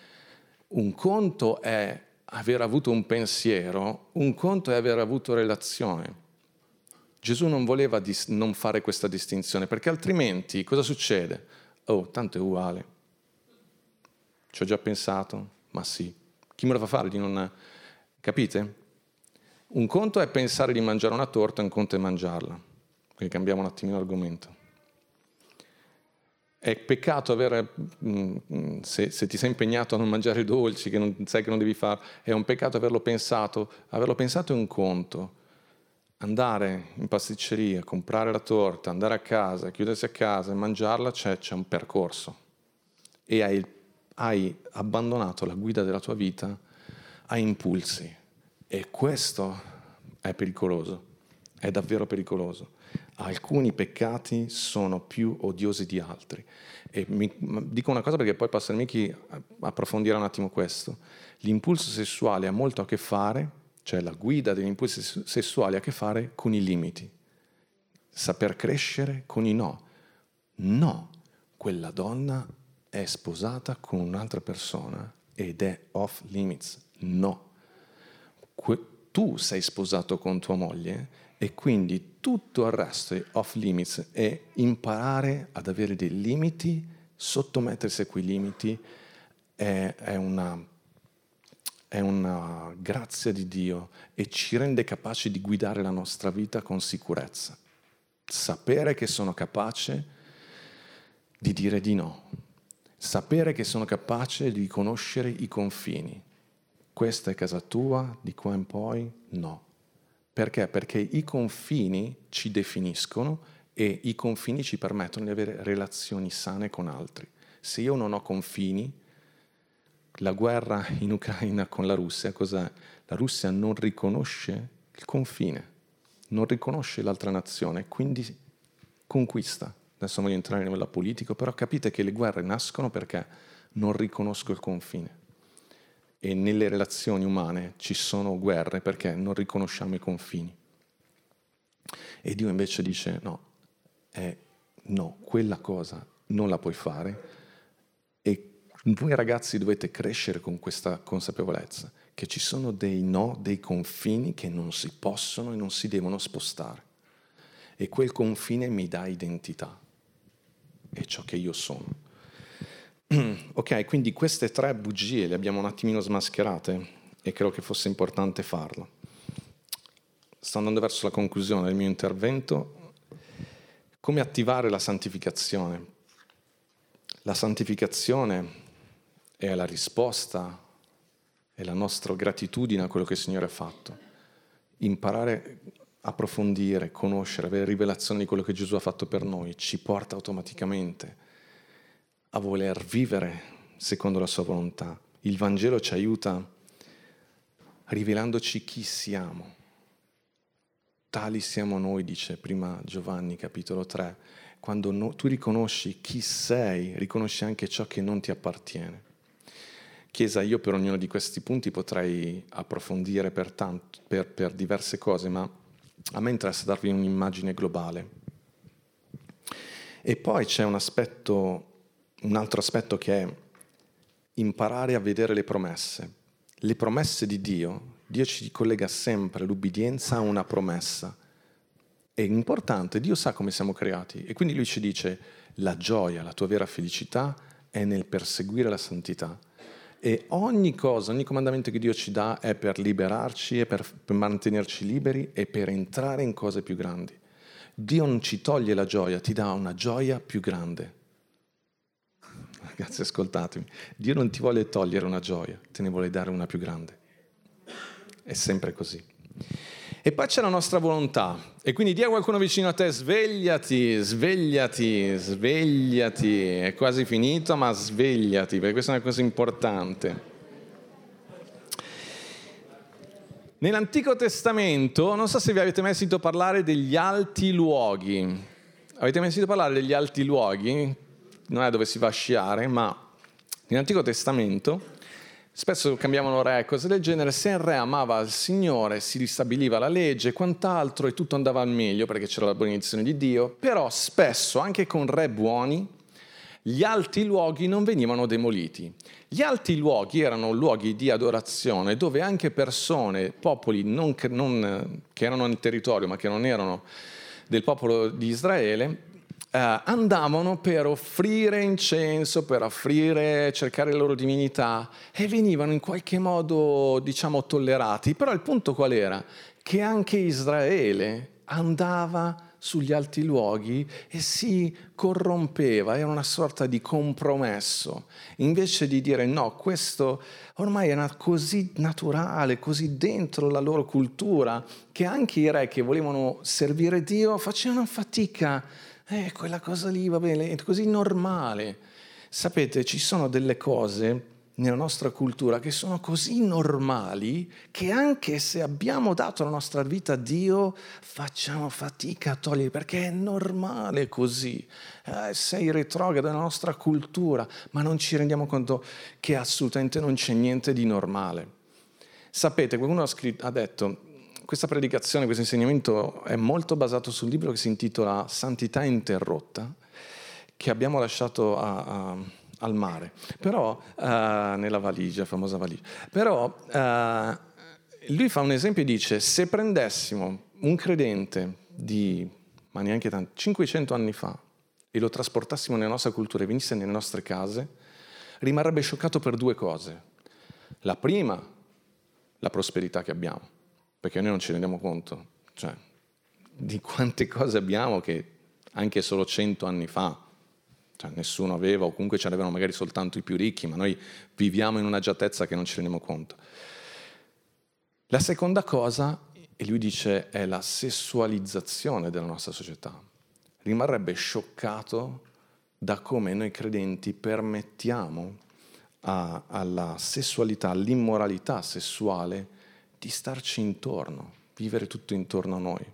un conto è aver avuto un pensiero, un conto è aver avuto relazione. Gesù non voleva dis- non fare questa distinzione, perché altrimenti cosa succede? Oh, tanto è uguale, ci ho già pensato, ma sì, chi me lo fa fare di non... Capite? Un conto è pensare di mangiare una torta, un conto è mangiarla. Quindi cambiamo un attimino l'argomento. È peccato avere, se, se ti sei impegnato a non mangiare i dolci, che non, sai che non devi fare, è un peccato averlo pensato. Averlo pensato è un conto. andare in pasticceria, comprare la torta, andare a casa, chiudersi a casa e mangiarla, c'è, c'è un percorso. E hai, hai abbandonato la guida della tua vita a impulsi. E questo è pericoloso, è davvero pericoloso. Alcuni peccati sono più odiosi di altri. E mi, dico una cosa perché poi Pastor Michi approfondirà un attimo questo. L'impulso sessuale ha molto a che fare, cioè la guida degli impulsi sessuali ha a che fare con i limiti. Saper crescere con i no. No, quella donna è sposata con un'altra persona ed è off limits. No. Que- tu sei sposato con tua moglie e quindi tutto il resto è off limits, e imparare ad avere dei limiti, sottomettersi a quei limiti è, è, una, è una grazia di Dio e ci rende capaci di guidare la nostra vita con sicurezza. Sapere che sono capace di dire di no, sapere che sono capace di conoscere i confini. Questa è casa tua, di qua in poi no. Perché? Perché i confini ci definiscono e i confini ci permettono di avere relazioni sane con altri. Se io non ho confini, la guerra in Ucraina con la Russia, cos'è? La Russia non riconosce il confine, non riconosce l'altra nazione, quindi conquista. Adesso non voglio entrare a livello politico, però capite che le guerre nascono perché non riconosco il confine. E nelle relazioni umane ci sono guerre perché non riconosciamo i confini. E Dio invece dice no, eh, no, quella cosa non la puoi fare, e voi ragazzi dovete crescere con questa consapevolezza, che ci sono dei no, dei confini che non si possono e non si devono spostare. E quel confine mi dà identità, è ciò che io sono. Ok, quindi queste tre bugie le abbiamo un attimino smascherate e credo che fosse importante farlo. Sto andando verso la conclusione del mio intervento. Come attivare la santificazione? La santificazione è la risposta, è la nostra gratitudine a quello che il Signore ha fatto. Imparare, approfondire, conoscere, avere rivelazione di quello che Gesù ha fatto per noi ci porta automaticamente a voler vivere secondo la sua volontà. Il Vangelo ci aiuta rivelandoci chi siamo. Tali siamo noi, dice prima Giovanni capitolo tre. Quando no, tu riconosci chi sei, riconosci anche ciò che non ti appartiene. Chiesa, io per ognuno di questi punti potrei approfondire per, tanto, per, per diverse cose, ma a me interessa darvi un'immagine globale. E poi c'è un aspetto Un altro aspetto che è imparare a vedere le promesse. Le promesse di Dio, Dio ci collega sempre l'ubbidienza a una promessa. È importante, Dio sa come siamo creati e quindi Lui ci dice la gioia, la tua vera felicità è nel perseguire la santità. E ogni cosa, ogni comandamento che Dio ci dà è per liberarci, è per, per mantenerci liberi e per entrare in cose più grandi. Dio non ci toglie la gioia, ti dà una gioia più grande. Ragazzi, ascoltatemi, Dio non ti vuole togliere una gioia, te ne vuole dare una più grande. È sempre così. E poi c'è la nostra volontà. E quindi dia a qualcuno vicino a te, svegliati, svegliati, svegliati. È quasi finito, ma svegliati, perché questa è una cosa importante. Nell'Antico Testamento, non so se vi avete mai sentito parlare degli alti luoghi. Avete mai sentito parlare degli alti luoghi? Non è dove si va a sciare, ma nell'Antico Testamento spesso cambiavano re e cose del genere. Se il re amava il Signore, si ristabiliva la legge e quant'altro e tutto andava al meglio perché c'era la benedizione di Dio. Però spesso, anche con re buoni, gli alti luoghi non venivano demoliti. Gli alti luoghi erano luoghi di adorazione dove anche persone, popoli non che, non, che erano nel territorio ma che non erano del popolo di Israele, Uh, andavano per offrire incenso, per offrire, cercare la loro divinità, e venivano in qualche modo, diciamo, tollerati. Però il punto qual era? Che anche Israele andava sugli alti luoghi e si corrompeva, era una sorta di compromesso, invece di dire no, questo ormai era così naturale, così dentro la loro cultura, che anche i re che volevano servire Dio facevano fatica, eh, quella cosa lì va bene, è così normale. Sapete, ci sono delle cose nella nostra cultura che sono così normali che anche se abbiamo dato la nostra vita a Dio facciamo fatica a togliere, perché è normale così. Eh, sei retrogrado nella nostra cultura, ma non ci rendiamo conto che assolutamente non c'è niente di normale. Sapete, qualcuno ha, scritto, ha detto, questa predicazione, questo insegnamento è molto basato sul libro che si intitola Santità interrotta, che abbiamo lasciato a, a al mare, però uh, nella valigia, famosa valigia. Però uh, lui fa un esempio e dice: se prendessimo un credente di, ma neanche tanto, cinquecento anni fa e lo trasportassimo nella nostra cultura e venisse nelle nostre case, rimarrebbe scioccato per due cose. La prima, la prosperità che abbiamo, perché noi non ci rendiamo conto, cioè, di quante cose abbiamo che anche solo cento anni fa cioè, nessuno aveva, o comunque ce n'avevano magari soltanto i più ricchi, ma noi viviamo in un'agiatezza che non ci rendiamo conto. La seconda cosa, e lui dice, è la sessualizzazione della nostra società. Rimarrebbe scioccato da come noi credenti permettiamo a, alla sessualità, all'immoralità sessuale di starci intorno, vivere tutto intorno a noi.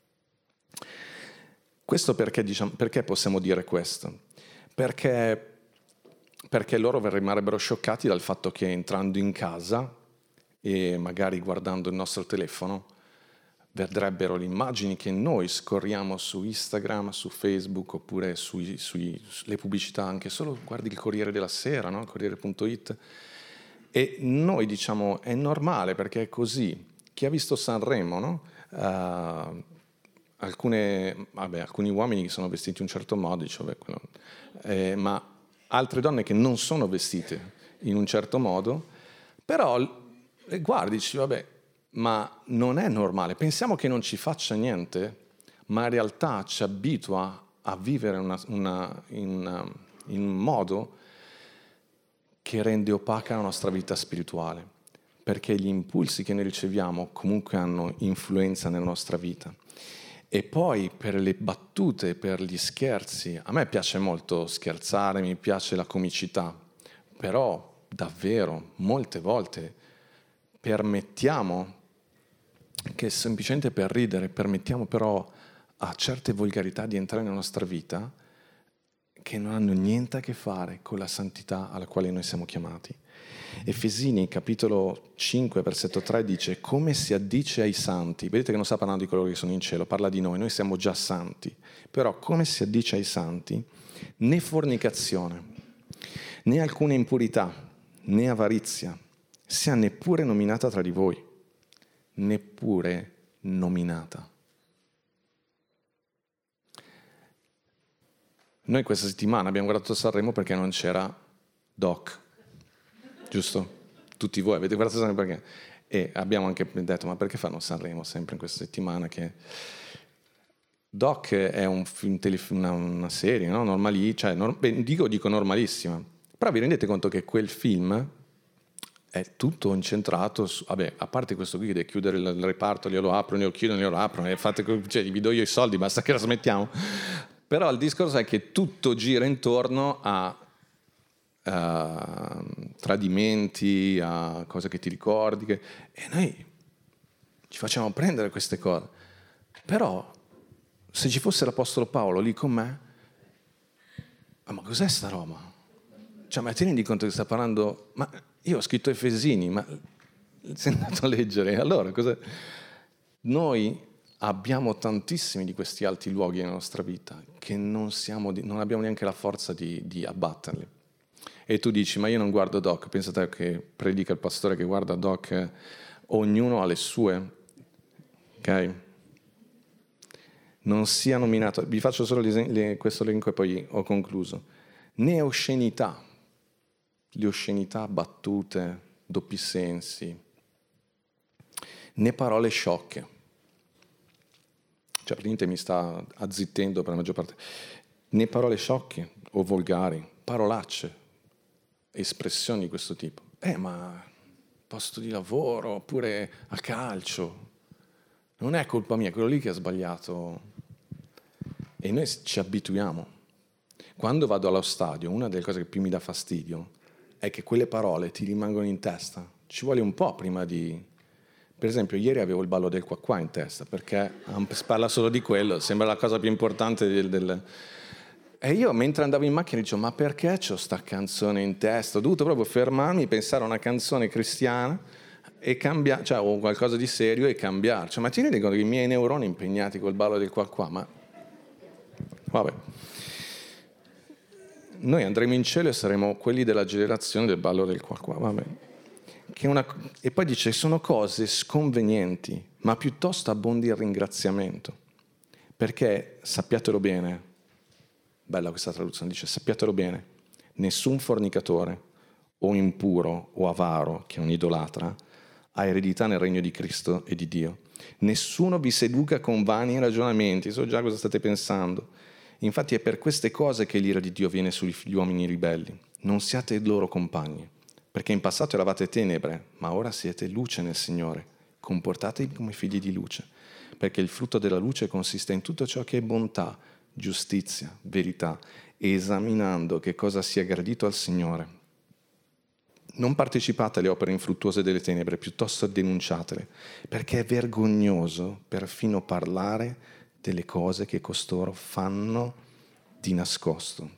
Questo perché, diciamo, perché possiamo dire questo? Perché, perché loro rimarrebbero scioccati dal fatto che entrando in casa e magari guardando il nostro telefono vedrebbero le immagini che noi scorriamo su Instagram, su Facebook oppure sui, sui, sulle pubblicità, anche solo guardi il Corriere della Sera, no? Corriere punto it, e noi diciamo è normale perché è così. Chi ha visto Sanremo, no? Uh, Alcune, vabbè, alcuni uomini che sono vestiti in un certo modo, dice, vabbè, quello, eh, ma altre donne che non sono vestite in un certo modo, però eh, guardi, dici, vabbè, ma non è normale. Pensiamo che non ci faccia niente, ma in realtà ci abitua a vivere una, una, in, una, in un modo che rende opaca la nostra vita spirituale, perché gli impulsi che noi riceviamo comunque hanno influenza nella nostra vita. E poi per le battute, per gli scherzi, a me piace molto scherzare, mi piace la comicità, però davvero molte volte permettiamo che semplicemente per ridere, permettiamo però a certe volgarità di entrare nella nostra vita che non hanno niente a che fare con la santità alla quale noi siamo chiamati. Efesini, capitolo cinque, versetto tre, dice: come si addice ai santi, vedete che non sta parlando di coloro che sono in cielo, parla di noi, noi siamo già santi, però come si addice ai santi, né fornicazione, né alcuna impurità, né avarizia, sia neppure nominata tra di voi, neppure nominata. Noi questa settimana abbiamo guardato Sanremo perché non c'era Doc, giusto? Tutti voi avete guardato Sanremo perché? E abbiamo anche detto, ma perché fanno Sanremo sempre in questa settimana? Che Doc è un film, una, una serie, no? Normali, cioè, non, beh, dico, dico normalissima, però vi rendete conto che quel film è tutto incentrato su, vabbè, a parte questo qui che deve chiudere il reparto, glielo aprono, glielo chiudono, glielo aprono, e fate, cioè, vi do io i soldi, basta che la smettiamo. Però il discorso è che tutto gira intorno a uh, tradimenti, a cose che ti ricordi, che, e noi ci facciamo prendere queste cose. Però se ci fosse l'Apostolo Paolo lì con me, ah, ma cos'è sta roba? Cioè, ma ti rendi conto che sta parlando? Ma io ho scritto Efesini, ma sei andato a leggere, allora cos'è? Noi abbiamo tantissimi di questi alti luoghi nella nostra vita che non, siamo di, non abbiamo neanche la forza di, di abbatterli. E tu dici, ma io non guardo Doc, pensate che predica il pastore che guarda Doc, ognuno ha le sue, ok? Non sia nominato, vi faccio solo le, questo elenco e poi ho concluso, né oscenità, le oscenità, battute, doppi sensi, né parole sciocche. cioè praticamente mi sta azzittendo per la maggior parte, né parole sciocche o volgari, parolacce, espressioni di questo tipo. Eh, ma posto di lavoro, oppure a calcio, non è colpa mia, è quello lì che ha sbagliato. E noi ci abituiamo. Quando vado allo stadio, una delle cose che più mi dà fastidio è che quelle parole ti rimangono in testa. Ci vuole un po' prima di... Per esempio, ieri avevo il ballo del qua qua in testa, perché si parla solo di quello, sembra la cosa più importante del... del... E io mentre andavo in macchina dicevo, ma perché c'ho sta canzone in testa? Ho dovuto proprio fermarmi, pensare a una canzone cristiana e cambiare, cioè o qualcosa di serio e cambiare. Cioè, ma ti rendi conto che i miei neuroni impegnati col ballo del qua qua? Ma vabbè. Noi andremo in cielo e saremo quelli della generazione del ballo del qua qua, vabbè. Che una... E poi dice, sono cose sconvenienti, ma piuttosto abbondi il ringraziamento. Perché, sappiatelo bene, bella questa traduzione, dice, sappiatelo bene, nessun fornicatore o impuro o avaro, che è un idolatra, ha eredità nel regno di Cristo e di Dio. Nessuno vi seduca con vani ragionamenti, so già cosa state pensando. Infatti è per queste cose che l'ira di Dio viene sugli uomini ribelli. Non siate i loro compagni, perché in passato eravate tenebre, ma ora siete luce nel Signore. Comportatevi come figli di luce, perché il frutto della luce consiste in tutto ciò che è bontà, giustizia, verità, esaminando che cosa sia gradito al Signore. Non partecipate alle opere infruttuose delle tenebre, piuttosto denunciatele, perché è vergognoso perfino parlare delle cose che costoro fanno di nascosto.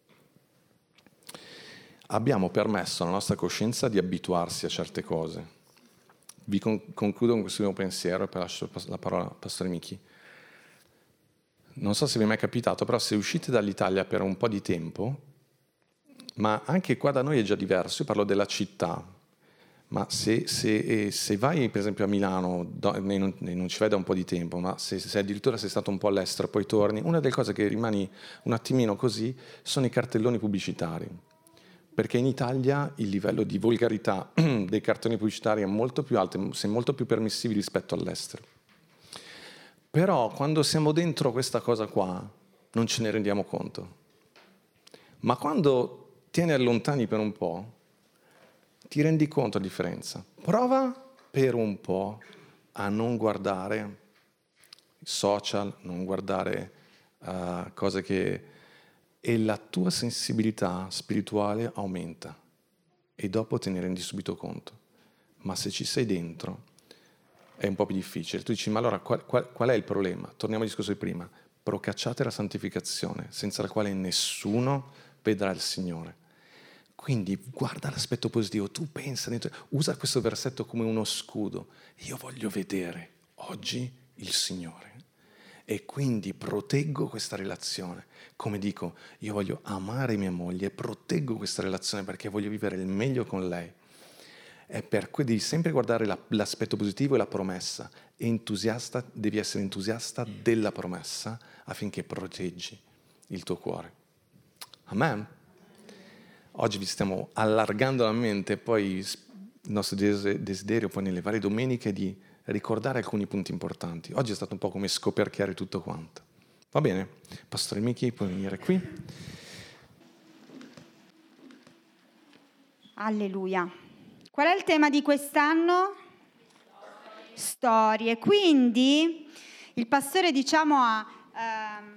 Abbiamo permesso alla nostra coscienza di abituarsi a certe cose. Vi con- concludo con questo mio pensiero e poi lascio la parola al Pastore Michi. Non so se vi è mai capitato, però se uscite dall'Italia per un po' di tempo, ma anche qua da noi è già diverso, io parlo della città, ma se, se, se vai per esempio a Milano, e non, non ci vai da un po' di tempo, ma se, se addirittura sei stato un po' all'estero e poi torni, una delle cose che rimani un attimino così sono i cartelloni pubblicitari, perché in Italia il livello di volgarità dei cartelloni pubblicitari è molto più alto, si è molto più permissivi rispetto all'estero. Però quando siamo dentro questa cosa qua non ce ne rendiamo conto, ma quando te ne allontani per un po', ti rendi conto la differenza. Prova per un po' a non guardare social, non guardare uh, cose che... e la tua sensibilità spirituale aumenta e dopo te ne rendi subito conto. Ma se ci sei dentro è un po' più difficile. Tu dici, ma allora qual, qual, qual è il problema? Torniamo al discorso di prima. Procacciate la santificazione, senza la quale nessuno vedrà il Signore. Quindi guarda l'aspetto positivo, tu pensa, dentro, usa questo versetto come uno scudo. Io voglio vedere oggi il Signore e quindi proteggo questa relazione. Come dico, io voglio amare mia moglie e proteggo questa relazione perché voglio vivere il meglio con lei. È per cui devi sempre guardare la, l'aspetto positivo e la promessa. E entusiasta, devi essere entusiasta della promessa affinché proteggi il tuo cuore. Amen. Oggi vi stiamo allargando la mente e poi il nostro desiderio poi nelle varie domeniche di ricordare alcuni punti importanti. Oggi è stato un po' come scoperchiare tutto quanto. Va bene? Pastore Michi, puoi venire qui. Alleluia. Qual è il tema di quest'anno? Storie. Quindi il pastore, diciamo, ha... Ehm,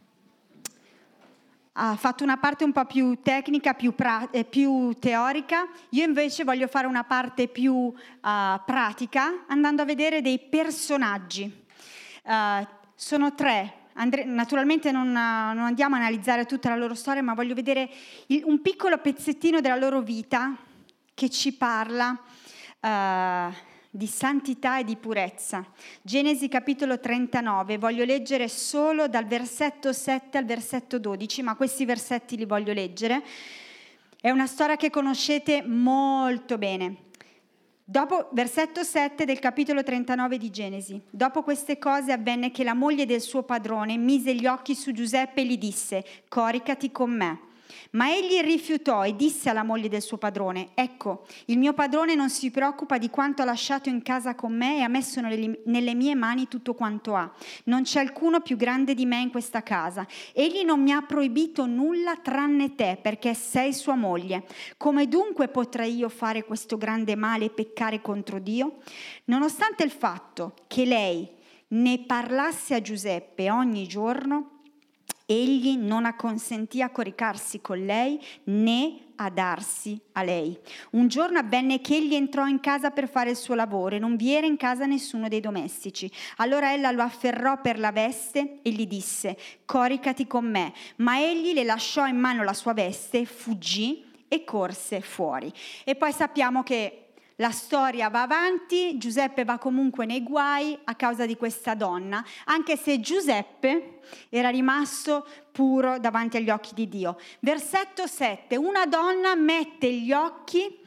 ha fatto una parte un po' più tecnica, più, pra- eh, più teorica. Io invece voglio fare una parte più uh, pratica, andando a vedere dei personaggi. Uh, sono tre. Andre- naturalmente non, uh, non andiamo a analizzare tutta la loro storia, ma voglio vedere il, un piccolo pezzettino della loro vita che ci parla uh, di santità e di purezza. Genesi capitolo trentanove, voglio leggere solo dal versetto sette al versetto dodici, ma questi versetti li voglio leggere. È una storia che conoscete molto bene. Dopo, versetto sette del capitolo trentanove di Genesi. Dopo queste cose avvenne che la moglie del suo padrone mise gli occhi su Giuseppe e gli disse: coricati con me. Ma egli rifiutò e disse alla moglie del suo padrone: ecco, il mio padrone non si preoccupa di quanto ha lasciato in casa con me e ha messo nelle, nelle mie mani tutto quanto ha. Non c'è alcuno più grande di me in questa casa. Egli non mi ha proibito nulla tranne te, perché sei sua moglie. Come dunque potrei io fare questo grande male e peccare contro Dio? Nonostante il fatto che lei ne parlasse a Giuseppe ogni giorno, egli non acconsentì a coricarsi con lei né a darsi a lei. Un giorno avvenne che egli entrò in casa per fare il suo lavoro e non vi era in casa nessuno dei domestici. Allora ella lo afferrò per la veste e gli disse: coricati con me. Ma egli le lasciò in mano la sua veste, fuggì e corse fuori. E poi sappiamo che la storia va avanti, Giuseppe va comunque nei guai a causa di questa donna, anche se Giuseppe era rimasto puro davanti agli occhi di Dio. Versetto sette, una donna mette gli occhi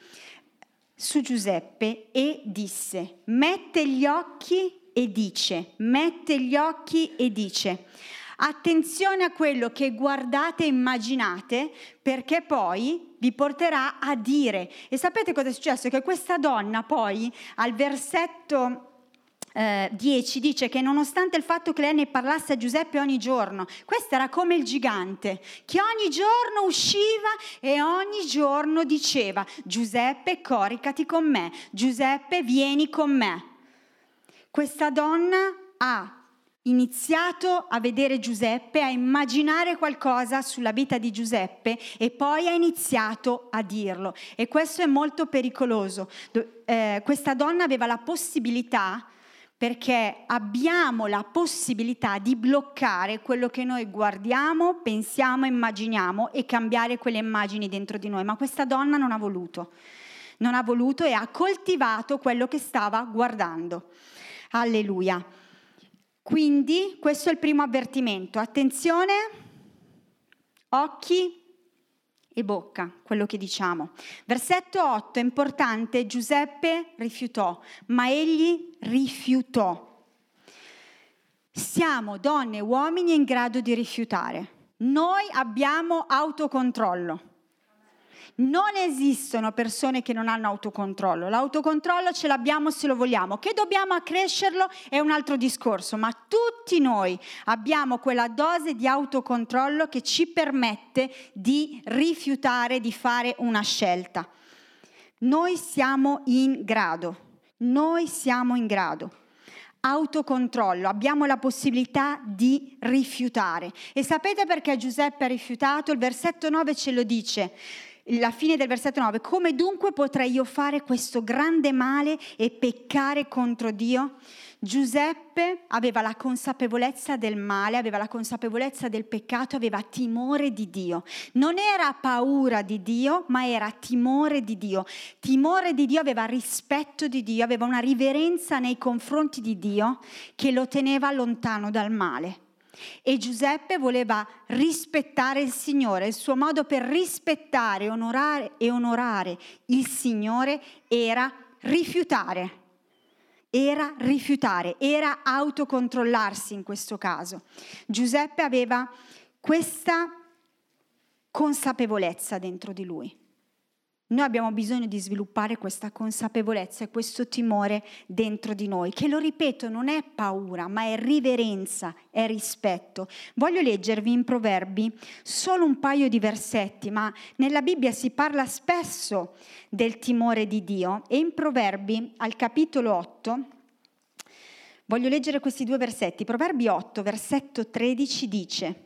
su Giuseppe e disse, mette gli occhi e dice, mette gli occhi e dice, attenzione a quello che guardate e immaginate, perché poi vi porterà a dire. E sapete cosa è successo? Che questa donna poi al versetto eh, dieci dice che nonostante il fatto che lei ne parlasse a Giuseppe ogni giorno, questo era come il gigante che ogni giorno usciva e ogni giorno diceva: Giuseppe, coricati con me, Giuseppe, vieni con me. Questa donna ha iniziato a vedere Giuseppe, a immaginare qualcosa sulla vita di Giuseppe e poi ha iniziato a dirlo. E questo è molto pericoloso. Eh, questa donna aveva la possibilità, perché abbiamo la possibilità di bloccare quello che noi guardiamo, pensiamo, immaginiamo e cambiare quelle immagini dentro di noi. Ma questa donna non ha voluto. Non ha voluto e ha coltivato quello che stava guardando. Alleluia. Quindi questo è il primo avvertimento. Attenzione, occhi e bocca, quello che diciamo. Versetto otto, è importante, Giuseppe rifiutò, ma egli rifiutò. Siamo donne e uomini in grado di rifiutare. Noi abbiamo autocontrollo. Non esistono persone che non hanno autocontrollo. L'autocontrollo ce l'abbiamo se lo vogliamo. Che dobbiamo accrescerlo è un altro discorso, ma tutti noi abbiamo quella dose di autocontrollo che ci permette di rifiutare di fare una scelta. Noi siamo in grado. Noi siamo in grado. Autocontrollo, abbiamo la possibilità di rifiutare. E sapete perché Giuseppe ha rifiutato? Il versetto nove ce lo dice. La fine del versetto nove, come dunque potrei io fare questo grande male e peccare contro Dio? Giuseppe aveva la consapevolezza del male, aveva la consapevolezza del peccato, aveva timore di Dio. Non era paura di Dio, ma era timore di Dio. Timore di Dio, aveva rispetto di Dio, aveva una riverenza nei confronti di Dio che lo teneva lontano dal male. E Giuseppe voleva rispettare il Signore. Il suo modo per rispettare, onorare e onorare il Signore era rifiutare. Era rifiutare, era autocontrollarsi in questo caso. Giuseppe aveva questa consapevolezza dentro di lui. Noi abbiamo bisogno di sviluppare questa consapevolezza e questo timore dentro di noi, che, lo ripeto, non è paura, ma è riverenza, è rispetto. Voglio leggervi in Proverbi solo un paio di versetti, ma nella Bibbia si parla spesso del timore di Dio, e in Proverbi, al capitolo otto, voglio leggere questi due versetti. Proverbi otto, versetto tredici dice: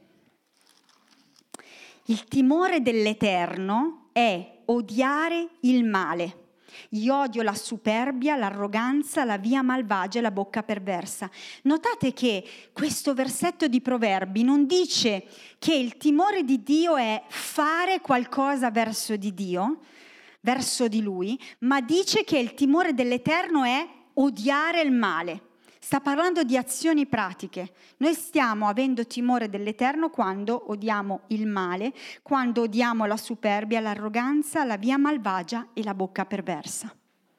il timore dell'Eterno è odiare il male. Io odio la superbia, l'arroganza, la via malvagia e la bocca perversa. Notate che questo versetto di Proverbi non dice che il timore di Dio è fare qualcosa verso di Dio, verso di Lui, ma dice che il timore dell'Eterno è odiare il male. Sta parlando di azioni pratiche. Noi stiamo avendo timore dell'Eterno quando odiamo il male, quando odiamo la superbia, l'arroganza, la via malvagia e la bocca perversa.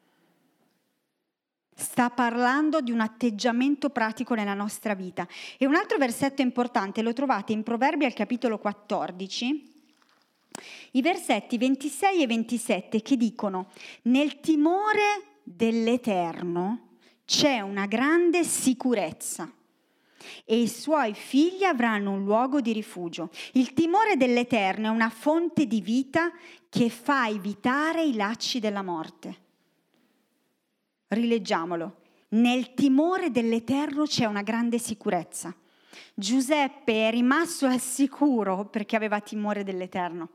Sta parlando di un atteggiamento pratico nella nostra vita. E un altro versetto importante lo trovate in Proverbi al capitolo quattordici, i versetti ventisei e ventisette che dicono: nel timore dell'Eterno c'è una grande sicurezza e i suoi figli avranno un luogo di rifugio. Il timore dell'Eterno è una fonte di vita che fa evitare i lacci della morte. Rileggiamolo. Nel timore dell'Eterno c'è una grande sicurezza. Giuseppe è rimasto al sicuro perché aveva timore dell'Eterno.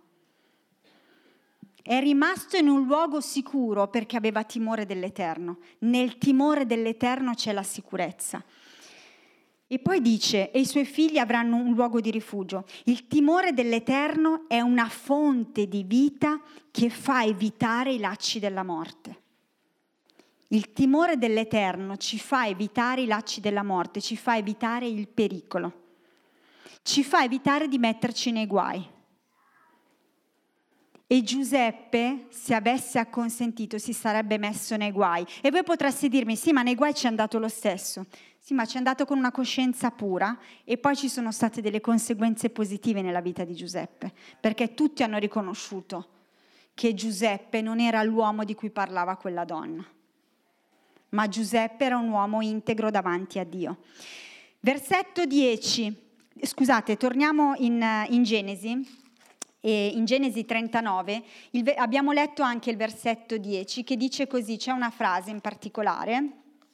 È rimasto in un luogo sicuro perché aveva timore dell'Eterno. Nel timore dell'Eterno c'è la sicurezza. E poi dice: e i suoi figli avranno un luogo di rifugio. Il timore dell'Eterno è una fonte di vita che fa evitare i lacci della morte. Il timore dell'Eterno ci fa evitare i lacci della morte, ci fa evitare il pericolo, ci fa evitare di metterci nei guai. E Giuseppe, se avesse acconsentito, si sarebbe messo nei guai. E voi potreste dirmi: sì, ma nei guai ci è andato lo stesso. Sì, ma ci è andato con una coscienza pura, e poi ci sono state delle conseguenze positive nella vita di Giuseppe, perché tutti hanno riconosciuto che Giuseppe non era l'uomo di cui parlava quella donna, ma Giuseppe era un uomo integro davanti a Dio. Versetto dieci, scusate, torniamo in, in Genesi. E in Genesi trentanove il, abbiamo letto anche il versetto dieci che dice così, c'è una frase in particolare,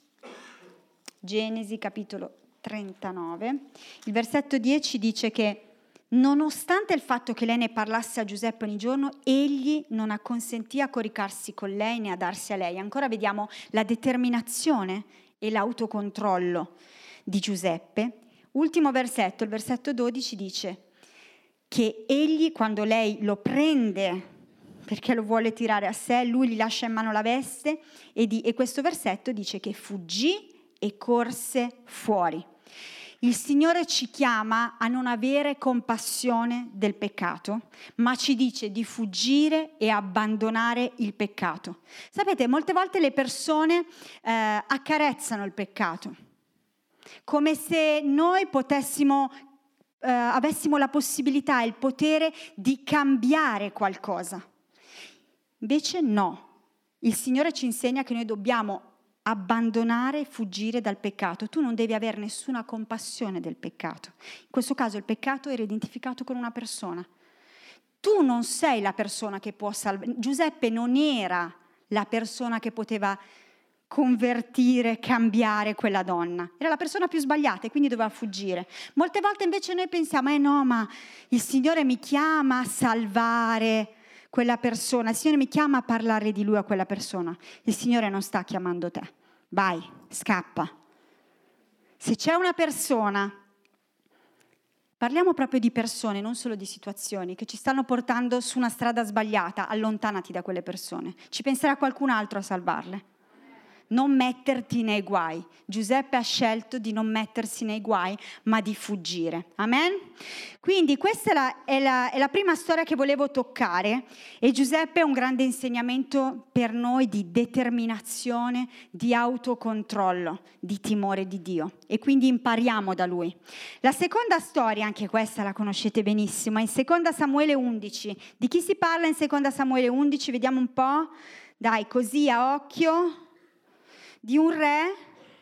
Genesi capitolo trentanove, il versetto dieci dice che nonostante il fatto che lei ne parlasse a Giuseppe ogni giorno, egli non acconsentì a coricarsi con lei né a darsi a lei. Ancora vediamo la determinazione e l'autocontrollo di Giuseppe. Ultimo versetto, il versetto dodici dice che egli, quando lei lo prende perché lo vuole tirare a sé, lui gli lascia in mano la veste e, di, e questo versetto dice che fuggì e corse fuori. Il Signore ci chiama a non avere compassione del peccato, ma ci dice di fuggire e abbandonare il peccato. Sapete, molte volte le persone eh, accarezzano il peccato, come se noi potessimo Uh, avessimo la possibilità e il potere di cambiare qualcosa. Invece no, il Signore ci insegna che noi dobbiamo abbandonare e fuggire dal peccato. Tu non devi avere nessuna compassione del peccato. In questo caso il peccato era identificato con una persona. Tu non sei la persona che può salvare. Giuseppe non era la persona che poteva convertire, cambiare quella donna. Era la persona più sbagliata e quindi doveva fuggire. Molte volte invece noi pensiamo: eh no, ma il Signore mi chiama a salvare quella persona, il Signore mi chiama a parlare di Lui a quella persona. Il Signore non sta chiamando te. Vai, scappa. Se c'è una persona, parliamo proprio di persone, non solo di situazioni, che ci stanno portando su una strada sbagliata, allontanati da quelle persone. Ci penserà qualcun altro a salvarle. Non metterti nei guai. Giuseppe ha scelto di non mettersi nei guai, ma di fuggire. Amen? Quindi questa è la, è la, è la prima storia che volevo toccare, e Giuseppe è un grande insegnamento per noi di determinazione, di autocontrollo, di timore di Dio, e quindi impariamo da lui. La seconda storia, anche questa la conoscete benissimo, è in seconda Samuele undici. Di chi si parla in seconda Samuele undici? Vediamo un po'. Dai, così a occhio. Di un re.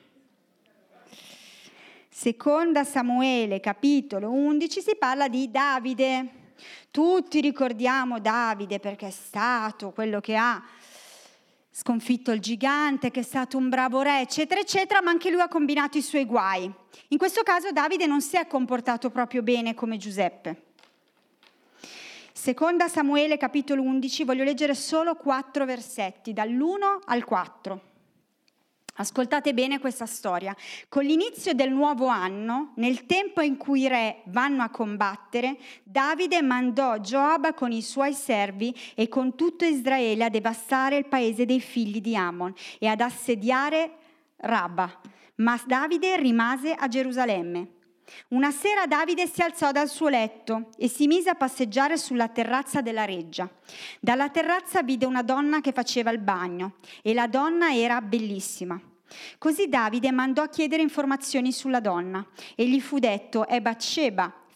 Seconda Samuele, capitolo undici, si parla di Davide. Tutti ricordiamo Davide perché è stato quello che ha sconfitto il gigante, che è stato un bravo re, eccetera, eccetera, ma anche lui ha combinato i suoi guai. In questo caso Davide non si è comportato proprio bene come Giuseppe. Seconda Samuele, capitolo undici, voglio leggere solo quattro versetti, dall'uno al quattro. Ascoltate bene questa storia. Con l'inizio del nuovo anno, nel tempo in cui i re vanno a combattere, Davide mandò Gioab con i suoi servi e con tutto Israele a devastare il paese dei figli di Ammon e ad assediare Rabba. Ma Davide rimase a Gerusalemme. Una sera Davide si alzò dal suo letto e si mise a passeggiare sulla terrazza della reggia. Dalla terrazza vide una donna che faceva il bagno, e la donna era bellissima. Così Davide mandò a chiedere informazioni sulla donna, e gli fu detto: è Batsheba,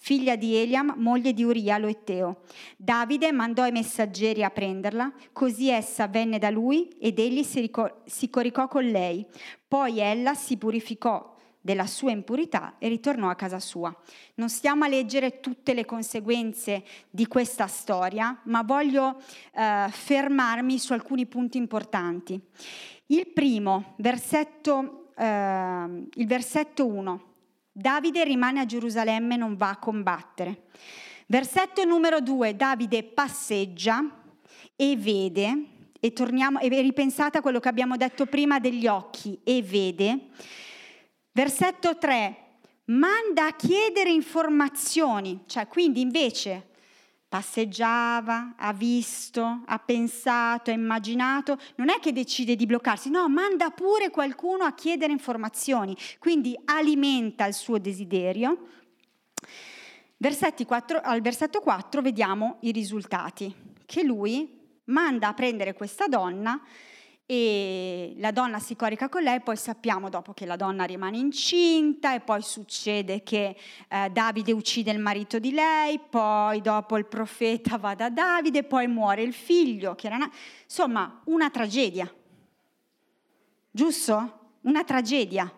figlia di Eliam, moglie di Uria lo Etteo. Davide mandò i messaggeri a prenderla, così essa venne da lui ed egli si, rico- si coricò con lei. Poi ella si purificò della sua impurità e ritornò a casa sua. Non stiamo a leggere tutte le conseguenze di questa storia, ma voglio eh, fermarmi su alcuni punti importanti. Il primo, versetto, eh, il versetto uno. Davide rimane a Gerusalemme e non va a combattere. Versetto numero due, Davide passeggia e vede, e torniamo, e ripensate a quello che abbiamo detto prima degli occhi, e vede. Versetto tre, manda a chiedere informazioni, cioè quindi invece passeggiava, ha visto, ha pensato, ha immaginato, non è che decide di bloccarsi, no, manda pure qualcuno a chiedere informazioni, quindi alimenta il suo desiderio. Versetti quattro, al versetto quattro vediamo i risultati, che lui manda a prendere questa donna e la donna si corica con lei, poi sappiamo dopo che la donna rimane incinta e poi succede che eh, Davide uccide il marito di lei, poi dopo il profeta va da Davide, poi muore il figlio, che era una... insomma una tragedia, giusto? Una tragedia.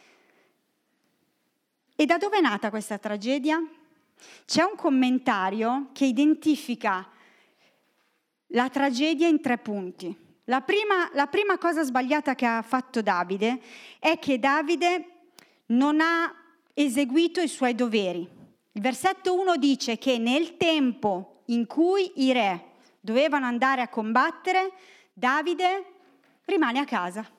E da dove è nata questa tragedia? C'è un commentario che identifica la tragedia in tre punti. La prima, la prima cosa sbagliata che ha fatto Davide è che Davide non ha eseguito i suoi doveri. Il versetto uno dice che nel tempo in cui i re dovevano andare a combattere, Davide rimane a casa.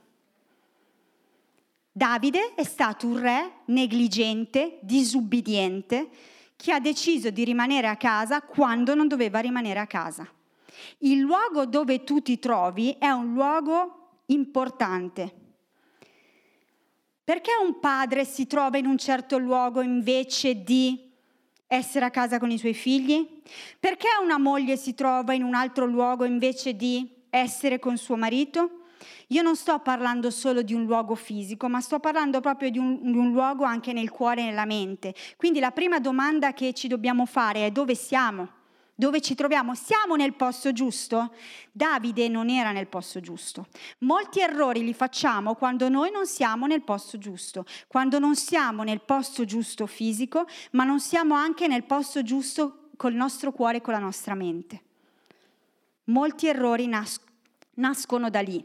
Davide è stato un re negligente, disubbidiente, che ha deciso di rimanere a casa quando non doveva rimanere a casa. Il luogo dove tu ti trovi è un luogo importante. Perché un padre si trova in un certo luogo invece di essere a casa con i suoi figli? Perché una moglie si trova in un altro luogo invece di essere con suo marito? Io non sto parlando solo di un luogo fisico, ma sto parlando proprio di un, di un luogo anche nel cuore e nella mente. Quindi la prima domanda che ci dobbiamo fare è: dove siamo? Dove ci troviamo? Siamo nel posto giusto? Davide non era nel posto giusto. Molti errori li facciamo quando noi non siamo nel posto giusto, quando non siamo nel posto giusto fisico, ma non siamo anche nel posto giusto col nostro cuore e con la nostra mente. Molti errori nas- nascono da lì.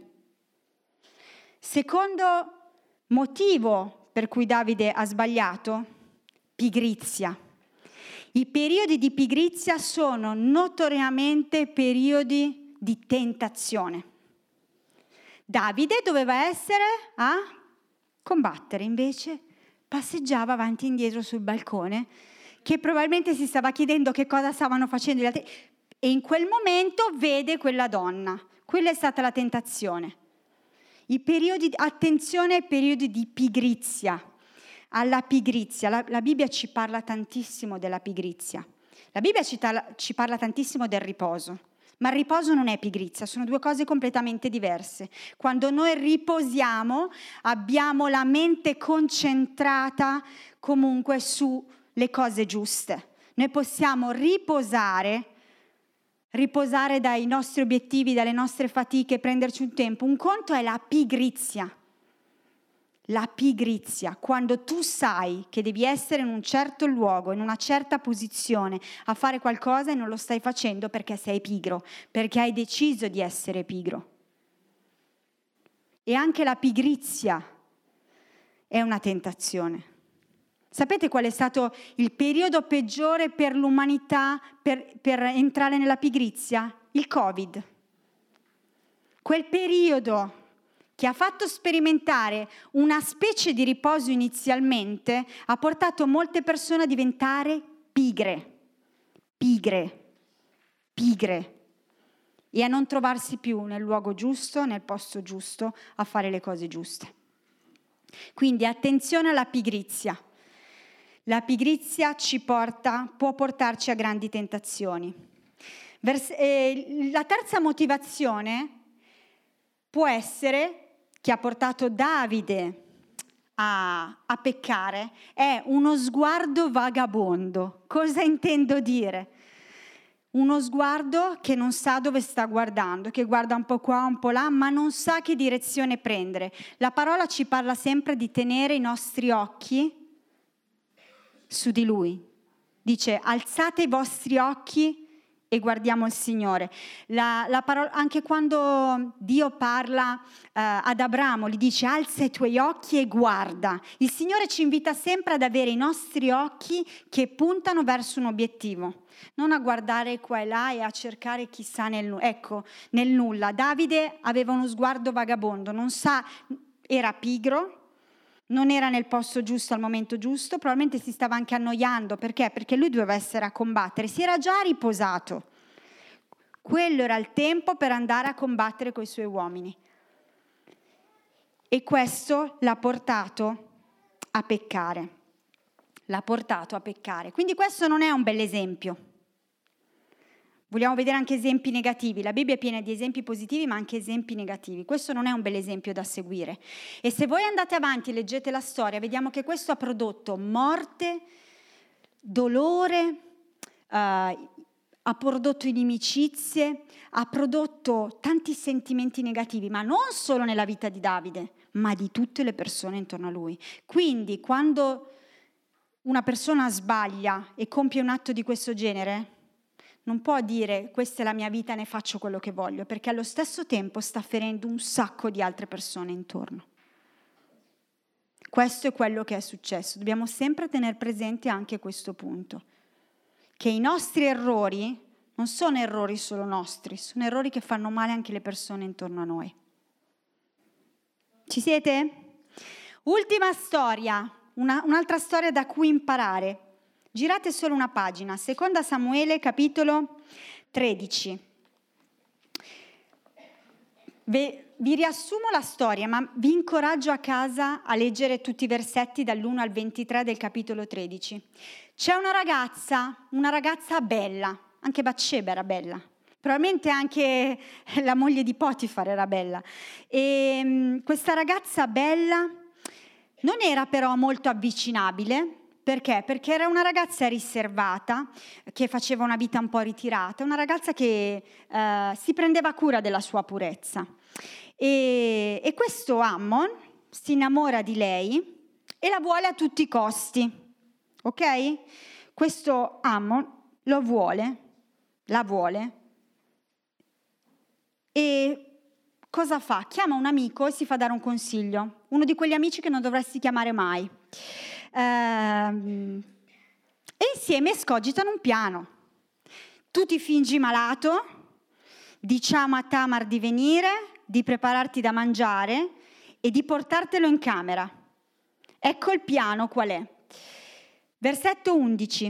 Secondo motivo per cui Davide ha sbagliato, pigrizia. I periodi di pigrizia sono notoriamente periodi di tentazione. Davide doveva essere a combattere, invece passeggiava avanti e indietro sul balcone, che probabilmente si stava chiedendo che cosa stavano facendo gli altri, e in quel momento vede quella donna. Quella è stata la tentazione. I periodi, attenzione ai periodi di pigrizia. Alla pigrizia, la, la Bibbia ci parla tantissimo della pigrizia, la Bibbia ci, ta- ci parla tantissimo del riposo, ma il riposo non è pigrizia, sono due cose completamente diverse. Quando noi riposiamo abbiamo la mente concentrata comunque sulle cose giuste, noi possiamo riposare, riposare dai nostri obiettivi, dalle nostre fatiche, prenderci un tempo. Un conto è la pigrizia. La pigrizia, quando tu sai che devi essere in un certo luogo, in una certa posizione, a fare qualcosa e non lo stai facendo perché sei pigro, perché hai deciso di essere pigro. E anche la pigrizia è una tentazione. Sapete qual è stato il periodo peggiore per l'umanità per, per entrare nella pigrizia? Il Covid. Quel periodo che ha fatto sperimentare una specie di riposo inizialmente, ha portato molte persone a diventare pigre, pigre, pigre, e a non trovarsi più nel luogo giusto, nel posto giusto, a fare le cose giuste. Quindi attenzione alla pigrizia. La pigrizia ci porta, può portarci a grandi tentazioni. Vers- eh, la terza motivazione può essere, che ha portato Davide a, a peccare è uno sguardo vagabondo. Cosa intendo dire? Uno sguardo che non sa dove sta guardando, che guarda un po' qua, un po' là, ma non sa che direzione prendere. La parola ci parla sempre di tenere i nostri occhi su di Lui. Dice: alzate i vostri occhi e guardiamo il Signore. La, la parola, anche quando Dio parla eh, ad Abramo, gli dice: alza i tuoi occhi e guarda. Il Signore ci invita sempre ad avere i nostri occhi che puntano verso un obiettivo, non a guardare qua e là e a cercare chissà nel, ecco, nel nulla. Davide aveva uno sguardo vagabondo, non sa, era pigro, non era nel posto giusto al momento giusto, probabilmente si stava anche annoiando. Perché? Perché lui doveva essere a combattere, si era già riposato. Quello era il tempo per andare a combattere coi suoi uomini. E questo l'ha portato a peccare. L'ha portato a peccare. Quindi questo non è un bel esempio. Vogliamo vedere anche esempi negativi. La Bibbia è piena di esempi positivi, ma anche esempi negativi. Questo non è un bel esempio da seguire. E se voi andate avanti e leggete la storia, vediamo che questo ha prodotto morte, dolore, eh, ha prodotto inimicizie, ha prodotto tanti sentimenti negativi, ma non solo nella vita di Davide, ma di tutte le persone intorno a lui. Quindi quando una persona sbaglia e compie un atto di questo genere, non può dire: questa è la mia vita, ne faccio quello che voglio, perché allo stesso tempo sta ferendo un sacco di altre persone intorno. Questo è quello che è successo. Dobbiamo sempre tenere presente anche questo punto, che i nostri errori non sono errori solo nostri, sono errori che fanno male anche alle persone intorno a noi. Ci siete? Ultima storia, una, un'altra storia da cui imparare. Girate solo una pagina, Seconda Samuele, capitolo tredici. Vi, vi riassumo la storia, ma vi incoraggio a casa a leggere tutti i versetti dall'uno al ventitré del capitolo tredici. C'è una ragazza, una ragazza bella, anche Batsheba era bella, probabilmente anche la moglie di Potifar era bella. E um, questa ragazza bella non era però molto avvicinabile. Perché? Perché era una ragazza riservata, che faceva una vita un po' ritirata, una ragazza che eh, si prendeva cura della sua purezza. E, e questo Ammon si innamora di lei e la vuole a tutti i costi, ok? Questo Ammon lo vuole, la vuole, e cosa fa? Chiama un amico e si fa dare un consiglio, uno di quegli amici che non dovresti chiamare mai. Uh, e insieme escogitano un piano. Tu ti fingi malato, diciamo a Tamar di venire, di prepararti da mangiare e di portartelo in camera. Ecco il piano qual è. Versetto undici.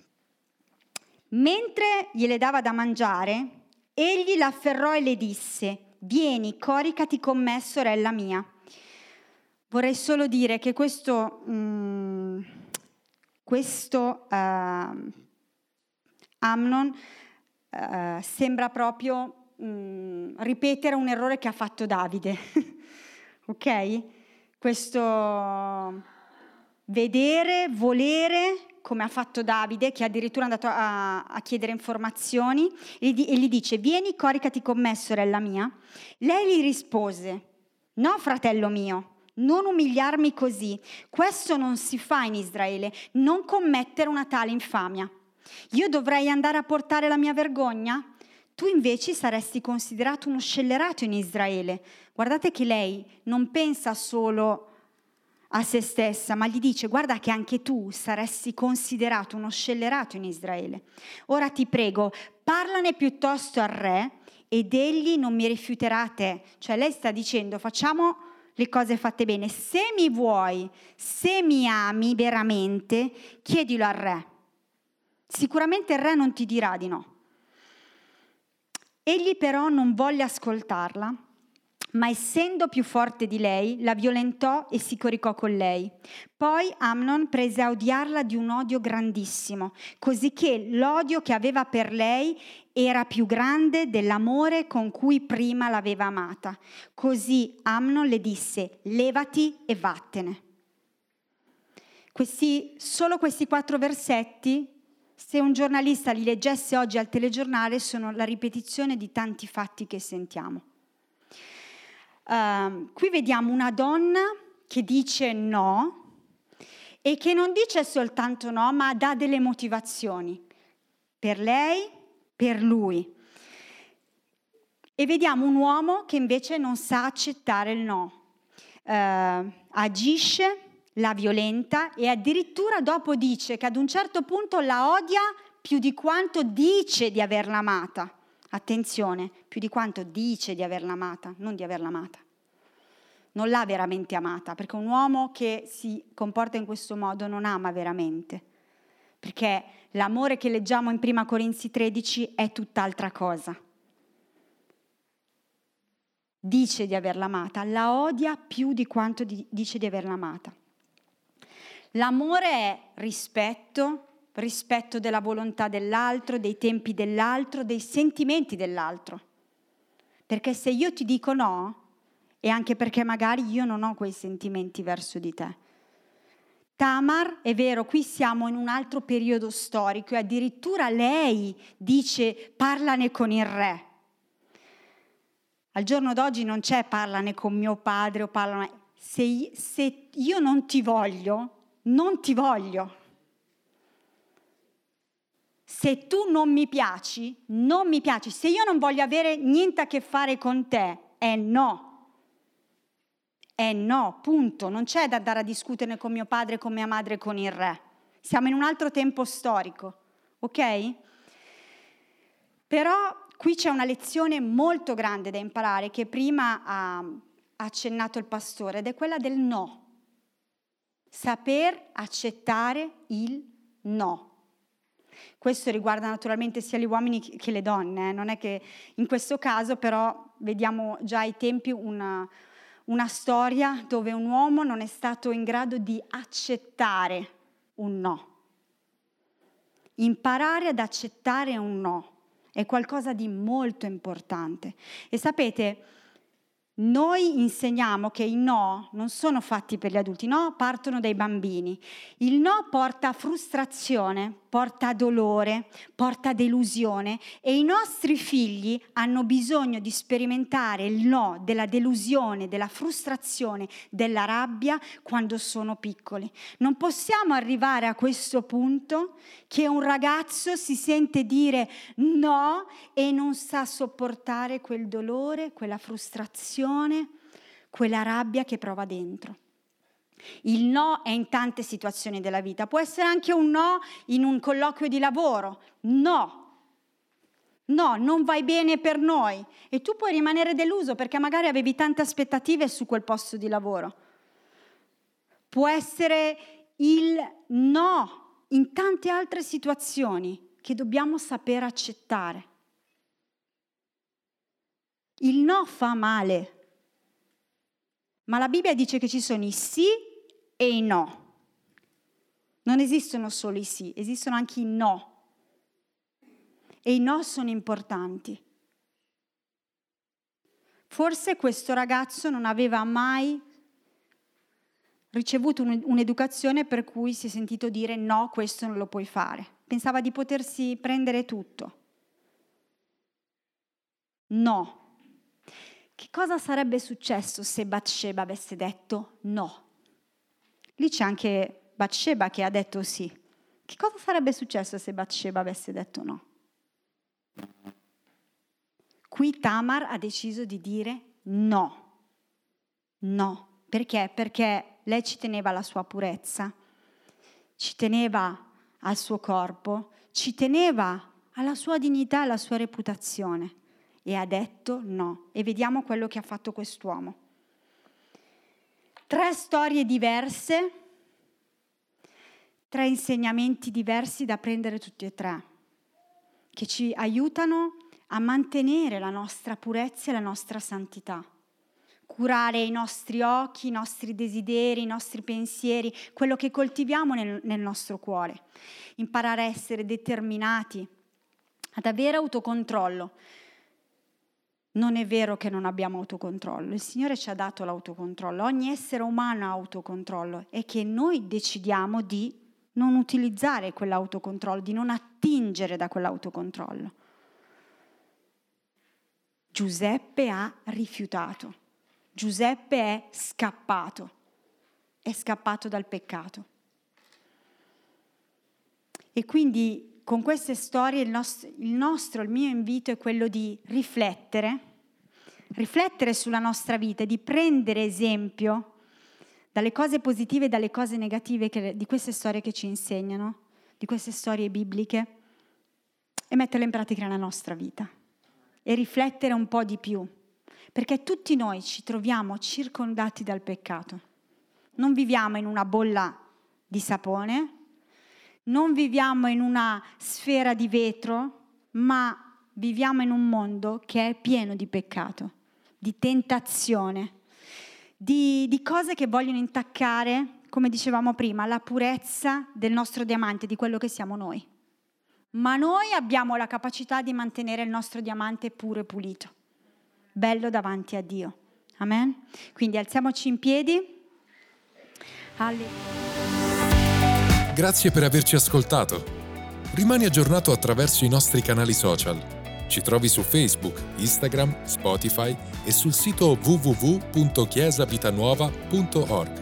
Mentre gliele dava da mangiare, egli l'afferrò e le disse: vieni, coricati con me, sorella mia. Vorrei solo dire che questo, mm, questo uh, Amnon uh, sembra proprio mm, ripetere un errore che ha fatto Davide, ok? Questo vedere, volere, come ha fatto Davide, che addirittura è andato a, a chiedere informazioni, e gli, e gli dice: vieni, coricati con me, sorella mia. Lei gli rispose: no, fratello mio, non umiliarmi così, questo non si fa in Israele, non commettere una tale infamia. Io dovrei andare a portare la mia vergogna? Tu invece saresti considerato uno scellerato in Israele. Guardate che lei non pensa solo a se stessa, ma gli dice: guarda che anche tu saresti considerato uno scellerato in Israele. Ora ti prego, parlane piuttosto al re ed egli non mi rifiuterà a te. Cioè lei sta dicendo: facciamo le cose fatte bene. Se mi vuoi, se mi ami veramente, chiedilo al re. Sicuramente il re non ti dirà di no. Egli però non volle ascoltarla, ma essendo più forte di lei, la violentò e si coricò con lei. Poi Amnon prese a odiarla di un odio grandissimo, cosicché l'odio che aveva per lei era più grande dell'amore con cui prima l'aveva amata. Così Amnon le disse: levati e vattene. Questi, solo questi quattro versetti, se un giornalista li leggesse oggi al telegiornale, sono la ripetizione di tanti fatti che sentiamo. Uh, qui vediamo una donna che dice no e che non dice soltanto no, ma dà delle motivazioni per lei, per lui. E vediamo un uomo che invece non sa accettare il no, uh, agisce, la violenta e addirittura dopo dice che ad un certo punto la odia più di quanto dice di averla amata. Attenzione, più di quanto dice di averla amata, non di averla amata. Non l'ha veramente amata, perché un uomo che si comporta in questo modo non ama veramente. Perché l'amore che leggiamo in prima Corinzi tredici è tutt'altra cosa. Dice di averla amata, la odia più di quanto di, dice di averla amata. L'amore è rispetto, rispetto della volontà dell'altro, dei tempi dell'altro, dei sentimenti dell'altro. Perché se io ti dico no, è anche perché magari io non ho quei sentimenti verso di te. Tamar, è vero, qui siamo in un altro periodo storico e addirittura lei dice parlane con il re. Al giorno d'oggi non c'è parlane con mio padre o parlane... Se, se io non ti voglio, non ti voglio. Se tu non mi piaci, non mi piaci. Se io non voglio avere niente a che fare con te, è no. È no, punto. Non c'è da andare a discutere con mio padre, con mia madre, con il re. Siamo in un altro tempo storico, ok? Però qui c'è una lezione molto grande da imparare che prima ha accennato il pastore ed è quella del no. Saper accettare il no. Questo riguarda naturalmente sia gli uomini che le donne, eh? Non è che in questo caso però vediamo già ai tempi una, una storia dove un uomo non è stato in grado di accettare un no. Imparare ad accettare un no è qualcosa di molto importante. E sapete, noi insegniamo che i no non sono fatti per gli adulti, i no partono dai bambini. Il no porta a frustrazione, porta a dolore, porta a delusione e i nostri figli hanno bisogno di sperimentare il no della delusione, della frustrazione, della rabbia quando sono piccoli. Non possiamo arrivare a questo punto che un ragazzo si sente dire no e non sa sopportare quel dolore, quella frustrazione, quella rabbia che prova dentro. Il no è in tante situazioni della vita, può essere anche un no in un colloquio di lavoro, no, no, non vai bene per noi e tu puoi rimanere deluso perché magari avevi tante aspettative su quel posto di lavoro. Può essere il no in tante altre situazioni che dobbiamo saper accettare. Il no fa male, ma la Bibbia dice che ci sono i sì e i no. Non esistono solo i sì, esistono anche i no. E i no sono importanti. Forse questo ragazzo non aveva mai ricevuto un'educazione per cui si è sentito dire no, questo non lo puoi fare. Pensava di potersi prendere tutto. No. Che cosa sarebbe successo se Batsheba avesse detto no? Lì c'è anche Batsheba che ha detto sì. Che cosa sarebbe successo se Batsheba avesse detto no? Qui Tamar ha deciso di dire no. No. Perché? Perché lei ci teneva alla sua purezza, ci teneva al suo corpo, ci teneva alla sua dignità, alla sua reputazione. E ha detto no. E vediamo quello che ha fatto quest'uomo. Tre storie diverse, tre insegnamenti diversi da prendere tutti e tre, che ci aiutano a mantenere la nostra purezza e la nostra santità. Curare i nostri occhi, i nostri desideri, i nostri pensieri, quello che coltiviamo nel, nel nostro cuore. Imparare a essere determinati, ad avere autocontrollo. non è vero che non abbiamo autocontrollo. Il Signore ci ha dato l'autocontrollo. Ogni essere umano ha autocontrollo. È che noi decidiamo di non utilizzare quell'autocontrollo, di non attingere da quell'autocontrollo. Giuseppe ha rifiutato. Giuseppe è scappato. È scappato dal peccato. E quindi con queste storie il nostro, il nostro, il mio invito è quello di riflettere, riflettere sulla nostra vita, di prendere esempio dalle cose positive e dalle cose negative che, di queste storie che ci insegnano, di queste storie bibliche, e metterle in pratica nella nostra vita e riflettere un po' di più, perché tutti noi ci troviamo circondati dal peccato. Non viviamo in una bolla di sapone, non viviamo in una sfera di vetro, ma viviamo in un mondo che è pieno di peccato, di tentazione, di, di cose che vogliono intaccare, come dicevamo prima, la purezza del nostro diamante, di quello che siamo noi. Ma noi abbiamo la capacità di mantenere il nostro diamante puro e pulito, bello davanti a Dio. Amen? Quindi alziamoci in piedi. Alleluia. Grazie per averci ascoltato. Rimani aggiornato attraverso i nostri canali social. Ci trovi su Facebook, Instagram, Spotify e sul sito w w w punto chiesa vitanuova punto org.